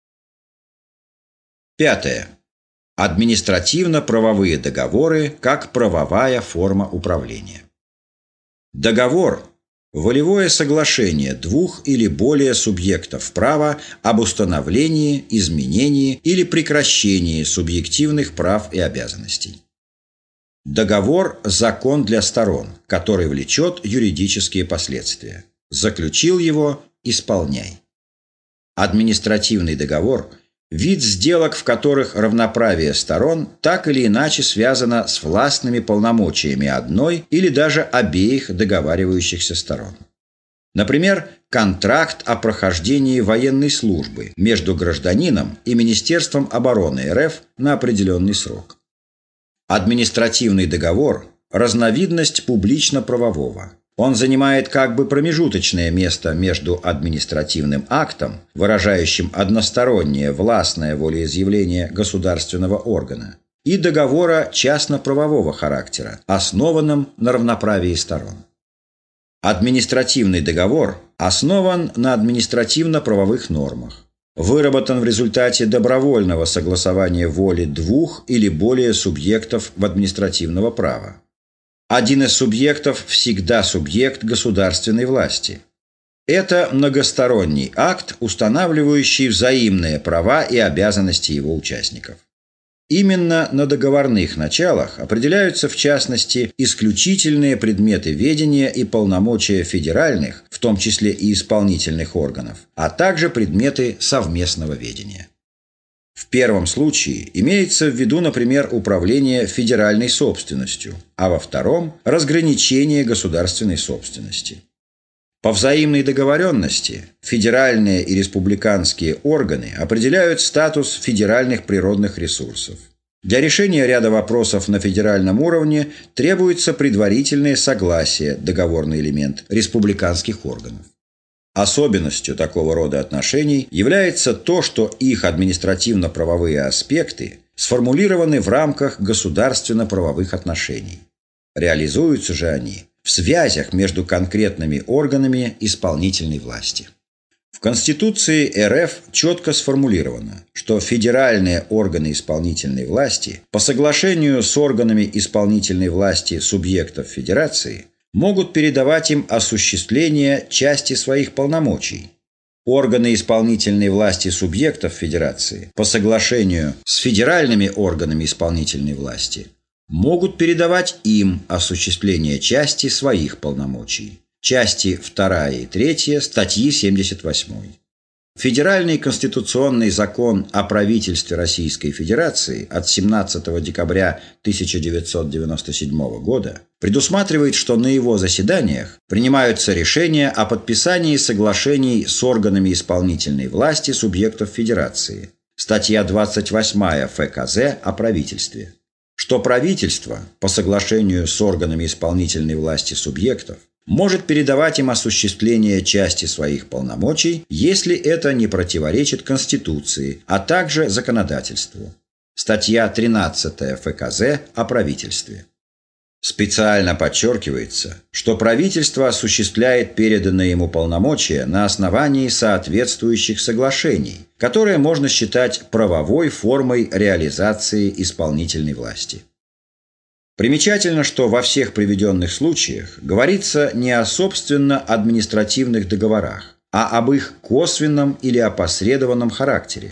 Пятое. Административно-правовые договоры как правовая форма управления. Договор – волевое соглашение двух или более субъектов права об установлении, изменении или прекращении субъективных прав и обязанностей. Договор – закон для сторон, который влечет юридические последствия. Заключил его – исполняй. Административный договор – вид сделок, в которых равноправие сторон так или иначе связано с властными полномочиями одной или даже обеих договаривающихся сторон. Например, контракт о прохождении военной службы между гражданином и Министерством обороны РФ на определенный срок. Административный договор – разновидность публично-правового. Он занимает как бы промежуточное место между административным актом, выражающим одностороннее властное волеизъявление государственного органа, и договора частно-правового характера, основанным на равноправии сторон. Административный договор основан на административно-правовых нормах, выработан в результате добровольного согласования воли двух или более субъектов в административного права. Один из субъектов всегда субъект государственной власти. Это многосторонний акт, устанавливающий взаимные права и обязанности его участников. Именно на договорных началах определяются, в частности, исключительные предметы ведения и полномочия федеральных, в том числе и исполнительных органов, а также предметы совместного ведения. В первом случае имеется в виду, например, управление федеральной собственностью, а во втором – разграничение государственной собственности. По взаимной договоренности федеральные и республиканские органы определяют статус федеральных природных ресурсов. Для решения ряда вопросов на федеральном уровне требуется предварительное согласие, договорный элемент, республиканских органов. Особенностью такого рода отношений является то, что их административно-правовые аспекты сформулированы в рамках государственно-правовых отношений. Реализуются же они в связях между конкретными органами исполнительной власти. В Конституции эр эф четко сформулировано, что федеральные органы исполнительной власти по соглашению с органами исполнительной власти субъектов Федерации могут передавать им осуществление части своих полномочий. Органы исполнительной власти субъектов Федерации по соглашению с федеральными органами исполнительной власти могут передавать им осуществление части своих полномочий. Части вторая и третья статьи семьдесят восьмой. Федеральный конституционный закон о правительстве Российской Федерации от семнадцатого декабря тысяча девятьсот девяносто седьмого года предусматривает, что на его заседаниях принимаются решения о подписании соглашений с органами исполнительной власти субъектов Федерации. Статья двадцать восьмая эф ка зэ о правительстве. Что правительство, по соглашению с органами исполнительной власти субъектов, может передавать им осуществление части своих полномочий, если это не противоречит Конституции, а также законодательству. Статья тринадцатая эф ка зэ о правительстве. Специально подчеркивается, что правительство осуществляет переданные ему полномочия на основании соответствующих соглашений, которые можно считать правовой формой реализации исполнительной власти. Примечательно, что во всех приведенных случаях говорится не о собственно административных договорах, а об их косвенном или опосредованном характере.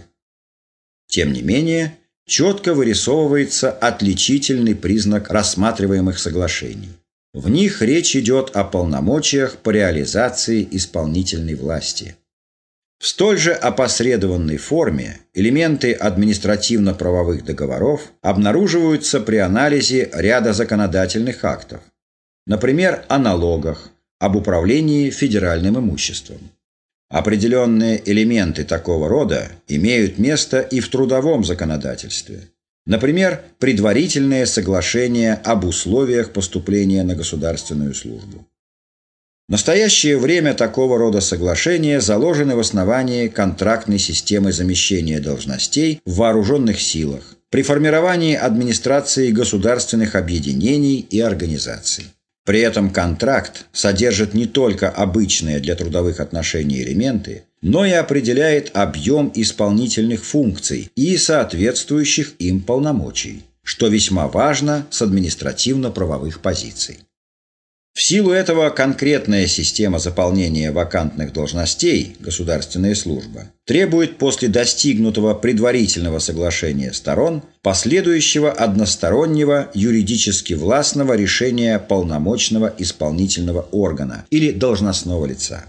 Тем не менее, четко вырисовывается отличительный признак рассматриваемых соглашений. В них речь идет о полномочиях по реализации исполнительной власти. В столь же опосредованной форме элементы административно-правовых договоров обнаруживаются при анализе ряда законодательных актов, например, о налогах, об управлении федеральным имуществом. Определенные элементы такого рода имеют место и в трудовом законодательстве. Например, предварительное соглашение об условиях поступления на государственную службу. В настоящее время такого рода соглашения заложены в основании контрактной системы замещения должностей в вооруженных силах, при формировании администрации государственных объединений и организаций. При этом контракт содержит не только обычные для трудовых отношений элементы, но и определяет объем исполнительных функций и соответствующих им полномочий, что весьма важно с административно-правовых позиций. В силу этого конкретная система заполнения вакантных должностей, государственная служба, требует после достигнутого предварительного соглашения сторон последующего одностороннего юридически властного решения полномочного исполнительного органа или должностного лица.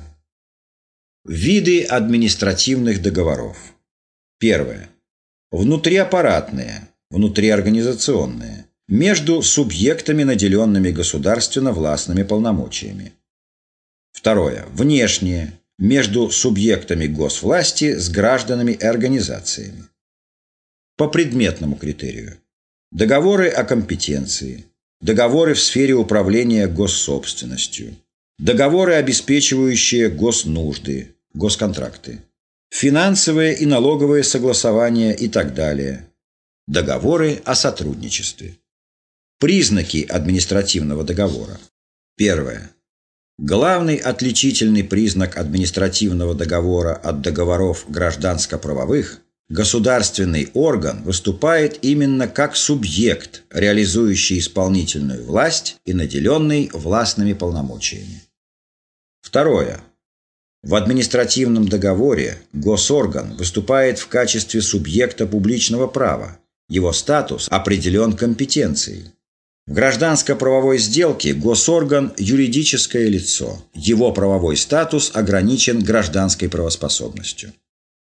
Виды административных договоров. Первое. Внутриаппаратные, внутриорганизационные. Между субъектами, наделенными государственно-властными полномочиями. Второе. Внешние. Между субъектами госвласти с гражданами и организациями. По предметному критерию. Договоры о компетенции. Договоры в сфере управления госсобственностью. Договоры, обеспечивающие госнужды, госконтракты. Финансовые и налоговые согласования и так далее. Договоры о сотрудничестве. Признаки административного договора. Первое. Главный отличительный признак административного договора от договоров гражданско-правовых – государственный орган выступает именно как субъект, реализующий исполнительную власть и наделенный властными полномочиями. Второе. В административном договоре госорган выступает в качестве субъекта публичного права, Его статус определен компетенцией. В гражданско-правовой сделке госорган – юридическое лицо. Его правовой статус ограничен гражданской правоспособностью.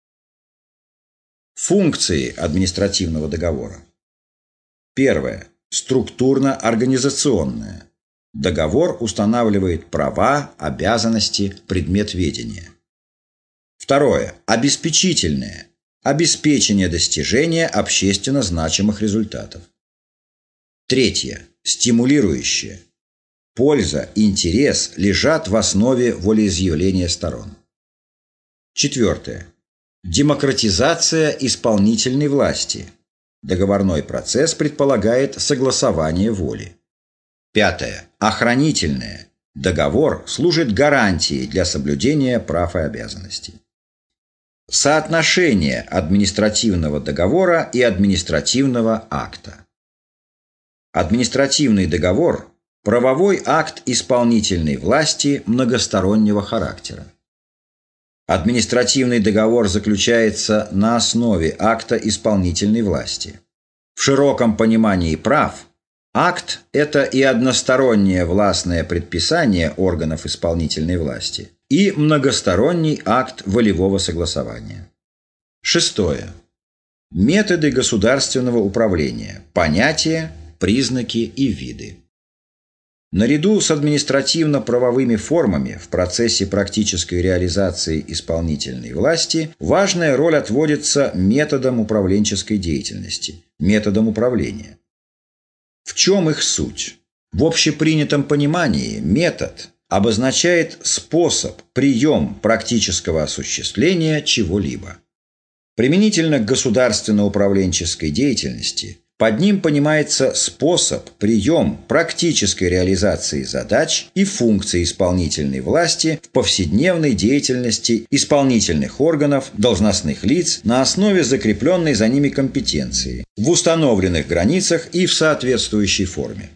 Функции административного договора. Первое. Структурно-организационное. Договор устанавливает права, обязанности, предмет ведения. Второе. Обеспечительное. Обеспечение достижения общественно значимых результатов. Третье. Стимулирующее. Польза, интерес лежат в основе волеизъявления сторон. Четвертое. Демократизация исполнительной власти. Договорной процесс предполагает согласование воли. Пятое. Охранительное. Договор служит гарантией для соблюдения прав и обязанностей. Соотношение административного договора и административного акта. Административный договор – правовой акт исполнительной власти многостороннего характера. Административный договор заключается на основе акта исполнительной власти. В широком понимании прав акт – это и одностороннее властное предписание органов исполнительной власти, и многосторонний акт волевого согласования. Шестое. Методы государственного управления, понятия, признаки и виды. Наряду с административно-правовыми формами в процессе практической реализации исполнительной власти важная роль отводится методам управленческой деятельности, методам управления. В чем их суть? В общепринятом понимании метод обозначает способ, прием практического осуществления чего-либо. Применительно к государственно-управленческой деятельности под ним понимается способ, прием практической реализации задач и функций исполнительной власти в повседневной деятельности исполнительных органов, должностных лиц на основе закрепленной за ними компетенции, в установленных границах и в соответствующей форме.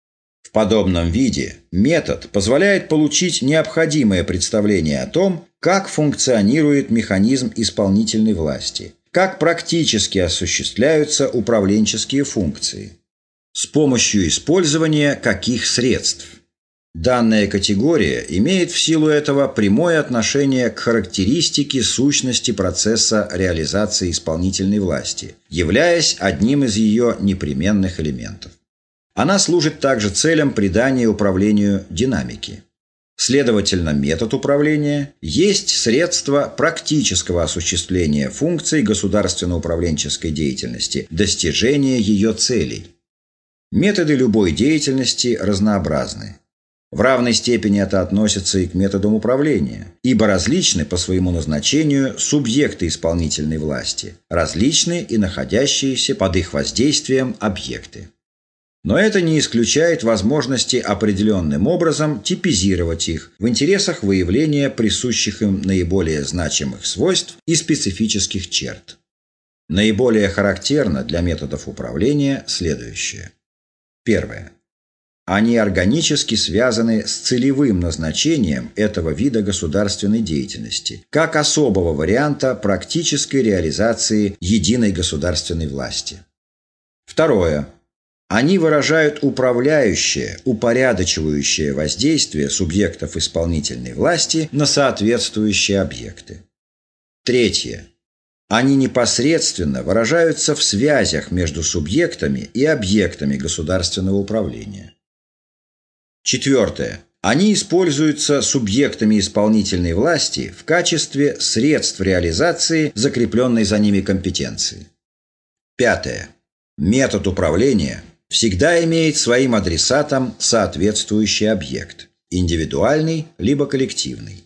В подобном виде метод позволяет получить необходимое представление о том, как функционирует механизм исполнительной власти, как практически осуществляются управленческие функции, с помощью использования каких средств. Данная категория имеет в силу этого прямое отношение к характеристике сущности процесса реализации исполнительной власти, являясь одним из ее непременных элементов. Она служит также целям придания управлению динамики. Следовательно, метод управления есть средство практического осуществления функций государственно-управленческой деятельности, достижения ее целей. Методы любой деятельности разнообразны. В равной степени это относится и к методам управления, ибо различны по своему назначению субъекты исполнительной власти, различны и находящиеся под их воздействием объекты. Но это не исключает возможности определенным образом типизировать их в интересах выявления присущих им наиболее значимых свойств и специфических черт. Наиболее характерно для методов управления следующее. Первое. Они органически связаны с целевым назначением этого вида государственной деятельности, как особого варианта практической реализации единой государственной власти. Второе. Они выражают управляющее, упорядочивающее воздействие субъектов исполнительной власти на соответствующие объекты. Третье. Они непосредственно выражаются в связях между субъектами и объектами государственного управления. Четвертое. Они используются субъектами исполнительной власти в качестве средств реализации закрепленной за ними компетенции. Пятое. Метод управления всегда имеет своим адресатом соответствующий объект – индивидуальный либо коллективный.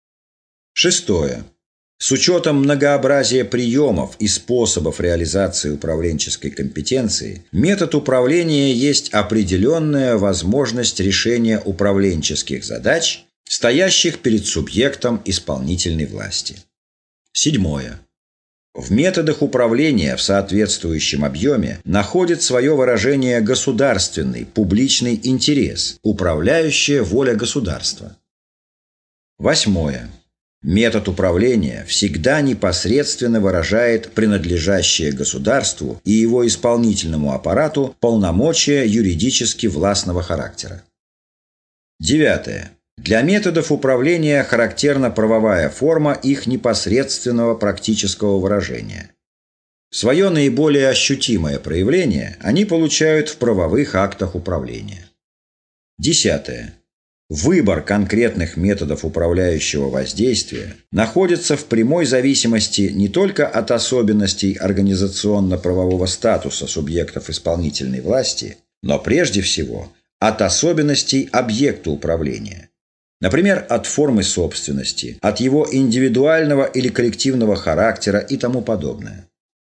Шестое. С учетом многообразия приемов и способов реализации управленческой компетенции, метод управления есть определенная возможность решения управленческих задач, стоящих перед субъектом исполнительной власти. Седьмое. В методах управления в соответствующем объеме находит свое выражение государственный, публичный интерес, управляющая воля государства. Восьмое. Метод управления всегда непосредственно выражает принадлежащее государству и его исполнительному аппарату полномочия юридически властного характера. Девятое. Для методов управления характерна правовая форма их непосредственного практического выражения. Свое наиболее ощутимое проявление они получают в правовых актах управления. Десятое. Выбор конкретных методов управляющего воздействия находится в прямой зависимости не только от особенностей организационно-правового статуса субъектов исполнительной власти, но прежде всего от особенностей объекта управления. Например, от формы собственности, от его индивидуального или коллективного характера и тому подобное.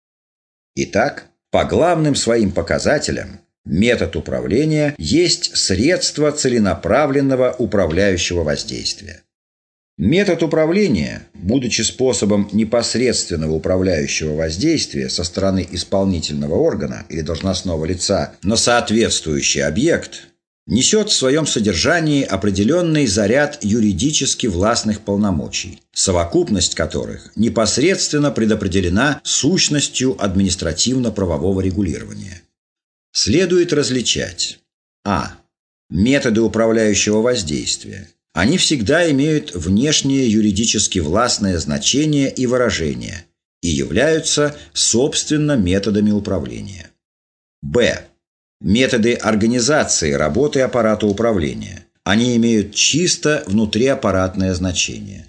Итак, по главным своим показателям метод управления есть средство целенаправленного управляющего воздействия. Метод управления, будучи способом непосредственного управляющего воздействия со стороны исполнительного органа или должностного лица на соответствующий объект, несет в своем содержании определенный заряд юридически властных полномочий, совокупность которых непосредственно предопределена сущностью административно-правового регулирования. Следует различать: а. Методы управляющего воздействия. Они всегда имеют внешнее юридически властное значение и выражение и являются, собственно, методами управления. б. Методы организации работы аппарата управления. Они имеют чисто внутриаппаратное значение.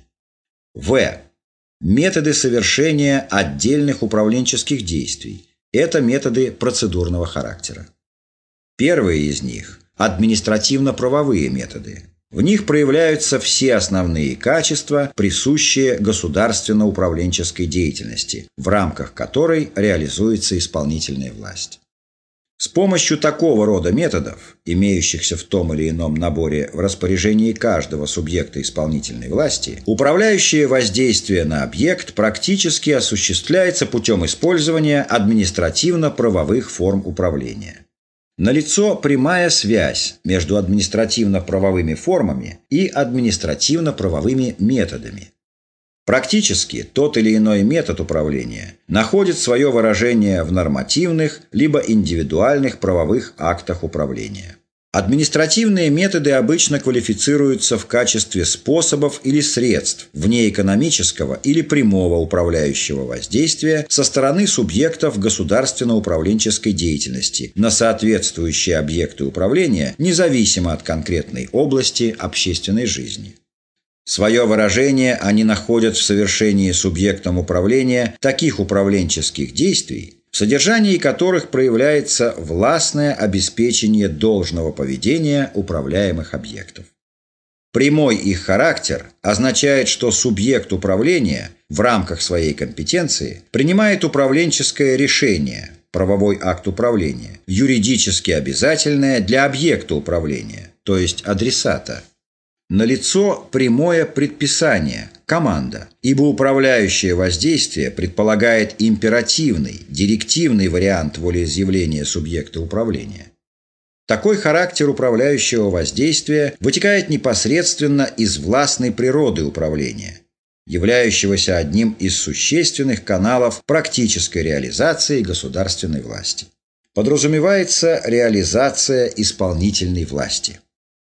в. Методы совершения отдельных управленческих действий. Это методы процедурного характера. Первые из них – административно-правовые методы. В них проявляются все основные качества, присущие государственно-управленческой деятельности, в рамках которой реализуется исполнительная власть. С помощью такого рода методов, имеющихся в том или ином наборе в распоряжении каждого субъекта исполнительной власти, управляющее воздействие на объект практически осуществляется путем использования административно-правовых форм управления. Налицо прямая связь между административно-правовыми формами и административно-правовыми методами. Практически тот или иной метод управления находит свое выражение в нормативных либо индивидуальных правовых актах управления. Административные методы обычно квалифицируются в качестве способов или средств внеэкономического или прямого управляющего воздействия со стороны субъектов государственно-управленческой деятельности на соответствующие объекты управления, независимо от конкретной области общественной жизни. Свое выражение они находят в совершении субъектом управления таких управленческих действий, в содержании которых проявляется властное обеспечение должного поведения управляемых объектов. Прямой их характер означает, что субъект управления в рамках своей компетенции принимает управленческое решение, правовой акт управления, юридически обязательное для объекта управления, то есть адресата. Налицо прямое предписание, команда, ибо управляющее воздействие предполагает императивный, директивный вариант волеизъявления субъекта управления. Такой характер управляющего воздействия вытекает непосредственно из властной природы управления, являющегося одним из существенных каналов практической реализации государственной власти. Подразумевается реализация исполнительной власти.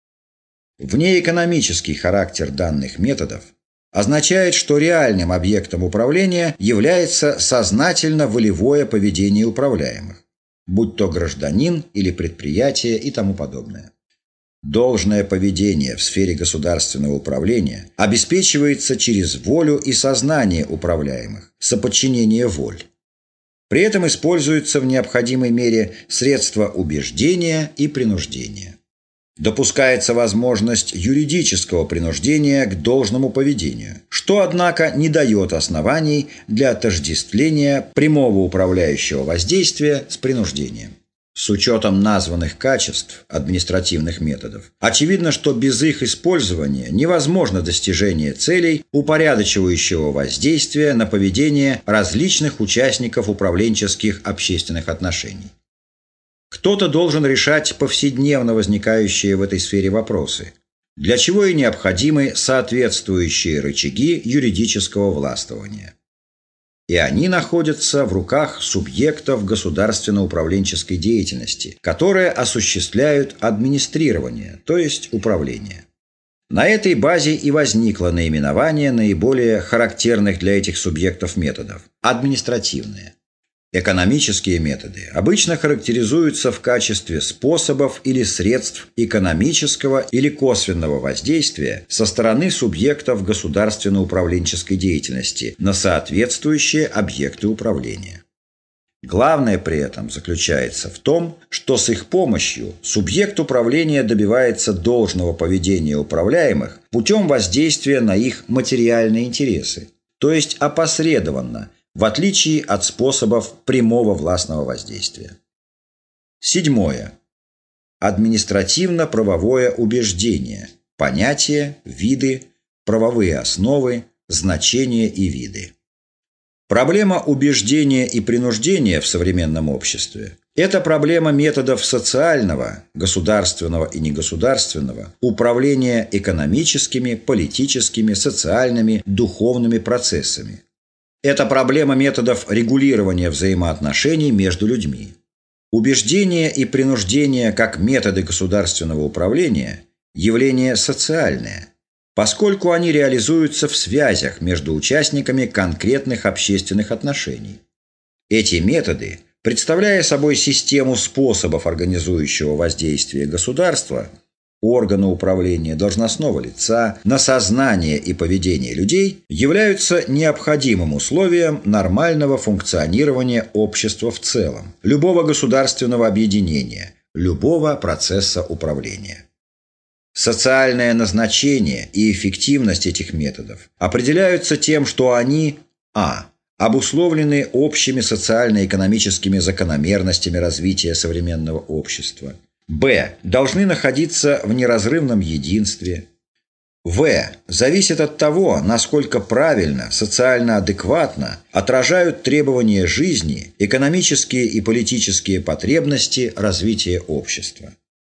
Внеэкономический характер данных методов означает, что реальным объектом управления является сознательно-волевое поведение управляемых, будь то гражданин или предприятие и тому подобное. Должное поведение в сфере государственного управления обеспечивается через волю и сознание управляемых, соподчинение воль. При этом используются в необходимой мере средства убеждения и принуждения. Допускается возможность юридического принуждения к должному поведению, что, однако, не дает оснований для отождествления прямого управляющего воздействия с принуждением. С учетом названных качеств административных методов, очевидно, что без их использования невозможно достижение целей упорядочивающего воздействия на поведение различных участников управленческих общественных отношений. Кто-то должен решать повседневно возникающие в этой сфере вопросы. для чего и необходимы соответствующие рычаги юридического властвования. И они находятся в руках субъектов государственно-управленческой деятельности, которые осуществляют администрирование, то есть управление. На этой базе и возникло наименование наиболее характерных для этих субъектов методов – административные. Экономические методы обычно характеризуются в качестве способов или средств экономического или косвенного воздействия со стороны субъектов государственно-управленческой деятельности на соответствующие объекты управления. Главное при этом заключается в том, что с их помощью субъект управления добивается должного поведения управляемых путем воздействия на их материальные интересы, то есть опосредованно, в отличие от способов прямого властного воздействия. Седьмое. Административно-правовое убеждение. Понятия, виды, правовые основы, значения и виды. Проблема убеждения и принуждения в современном обществе – это проблема методов социального, государственного и негосударственного управления экономическими, политическими, социальными, духовными процессами. Это проблема методов регулирования взаимоотношений между людьми. Убеждение и принуждение как методы государственного управления – явление социальное, поскольку они реализуются в связях между участниками конкретных общественных отношений. Эти методы, представляя собой систему способов организующего воздействия государства, органа управления, должностного лица, на сознание и поведение людей, являются необходимым условием нормального функционирования общества в целом, любого государственного объединения, любого процесса управления. Социальное назначение и эффективность этих методов определяются тем, что они а. обусловлены общими социально-экономическими закономерностями развития современного общества, б. должны находиться в неразрывном единстве, в. зависят от того, насколько правильно, социально адекватно отражают требования жизни, экономические и политические потребности развития общества,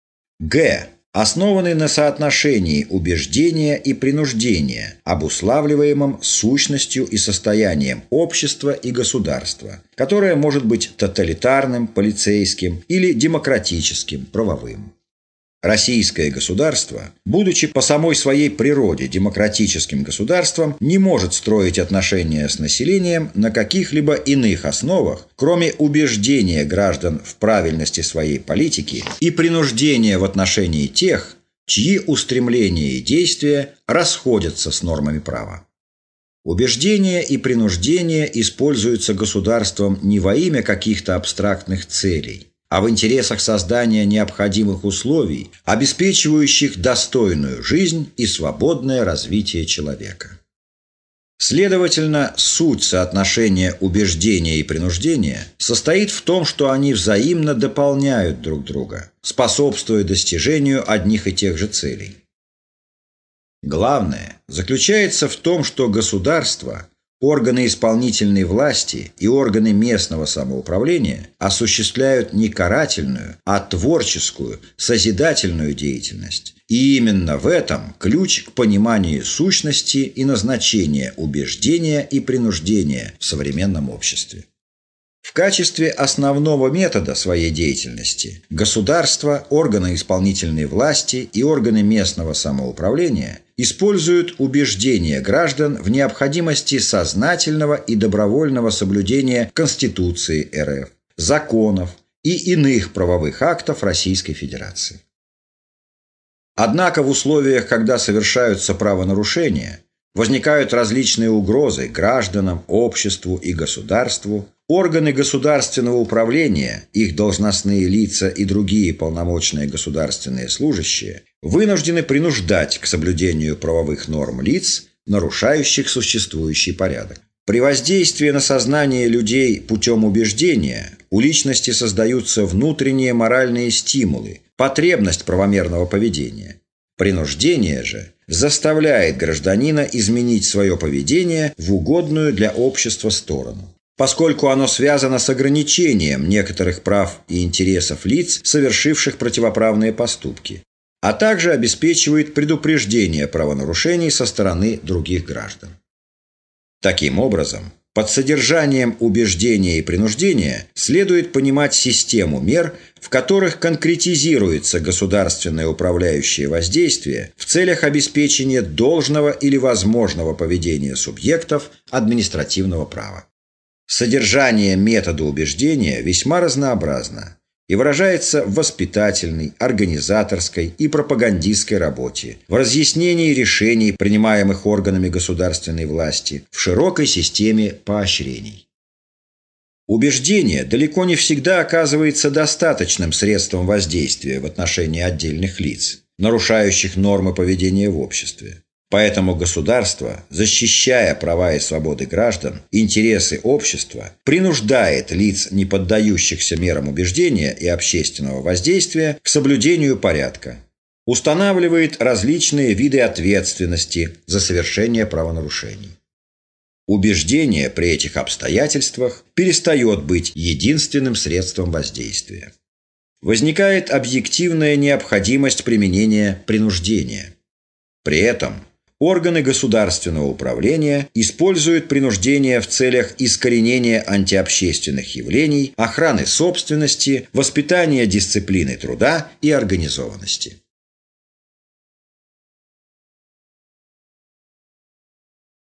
г. основаны на соотношении убеждения и принуждения, обуславливаемом сущностью и состоянием общества и государства, которое может быть тоталитарным, полицейским или демократическим, правовым. Российское государство, будучи по самой своей природе демократическим государством, не может строить отношения с населением на каких-либо иных основах, кроме убеждения граждан в правильности своей политики и принуждения в отношении тех, чьи устремления и действия расходятся с нормами права. Убеждение и принуждение используются государством не во имя каких-то абстрактных целей, а в интересах создания необходимых условий, обеспечивающих достойную жизнь и свободное развитие человека. Следовательно, суть соотношения убеждения и принуждения состоит в том, что они взаимно дополняют друг друга, способствуя достижению одних и тех же целей. Главное заключается в том, что государство, органы исполнительной власти и органы местного самоуправления осуществляют не карательную, а творческую, созидательную деятельность. И именно в этом ключ к пониманию сущности и назначения убеждения и принуждения в современном обществе. В качестве основного метода своей деятельности государство, органы исполнительной власти и органы местного самоуправления используют убеждения граждан в необходимости сознательного и добровольного соблюдения Конституции эр эф, законов и иных правовых актов Российской Федерации. Однако в условиях, когда совершаются правонарушения, возникают различные угрозы гражданам, обществу и государству, органы государственного управления, их должностные лица и другие полномочные государственные служащие вынуждены принуждать к соблюдению правовых норм лиц, нарушающих существующий порядок. При воздействии на сознание людей путем убеждения у личности создаются внутренние моральные стимулы, потребность правомерного поведения. Принуждение же заставляет гражданина изменить свое поведение в угодную для общества сторону, поскольку оно связано с ограничением некоторых прав и интересов лиц, совершивших противоправные поступки, а также обеспечивает предупреждение правонарушений со стороны других граждан. Таким образом, под содержанием убеждения и принуждения следует понимать систему мер, в которых конкретизируется государственное управляющее воздействие в целях обеспечения должного или возможного поведения субъектов административного права. Содержание метода убеждения весьма разнообразно и выражается в воспитательной, организаторской и пропагандистской работе, в разъяснении решений, принимаемых органами государственной власти, в широкой системе поощрений. Убеждение далеко не всегда оказывается достаточным средством воздействия в отношении отдельных лиц, нарушающих нормы поведения в обществе. Поэтому государство, защищая права и свободы граждан, интересы общества, принуждает лиц, не поддающихся мерам убеждения и общественного воздействия, к соблюдению порядка, устанавливает различные виды ответственности за совершение правонарушений. Убеждение при этих обстоятельствах перестает быть единственным средством воздействия. Возникает объективная необходимость применения принуждения. При этом органы государственного управления используют принуждение в целях искоренения антиобщественных явлений, охраны собственности, воспитания дисциплины труда и организованности.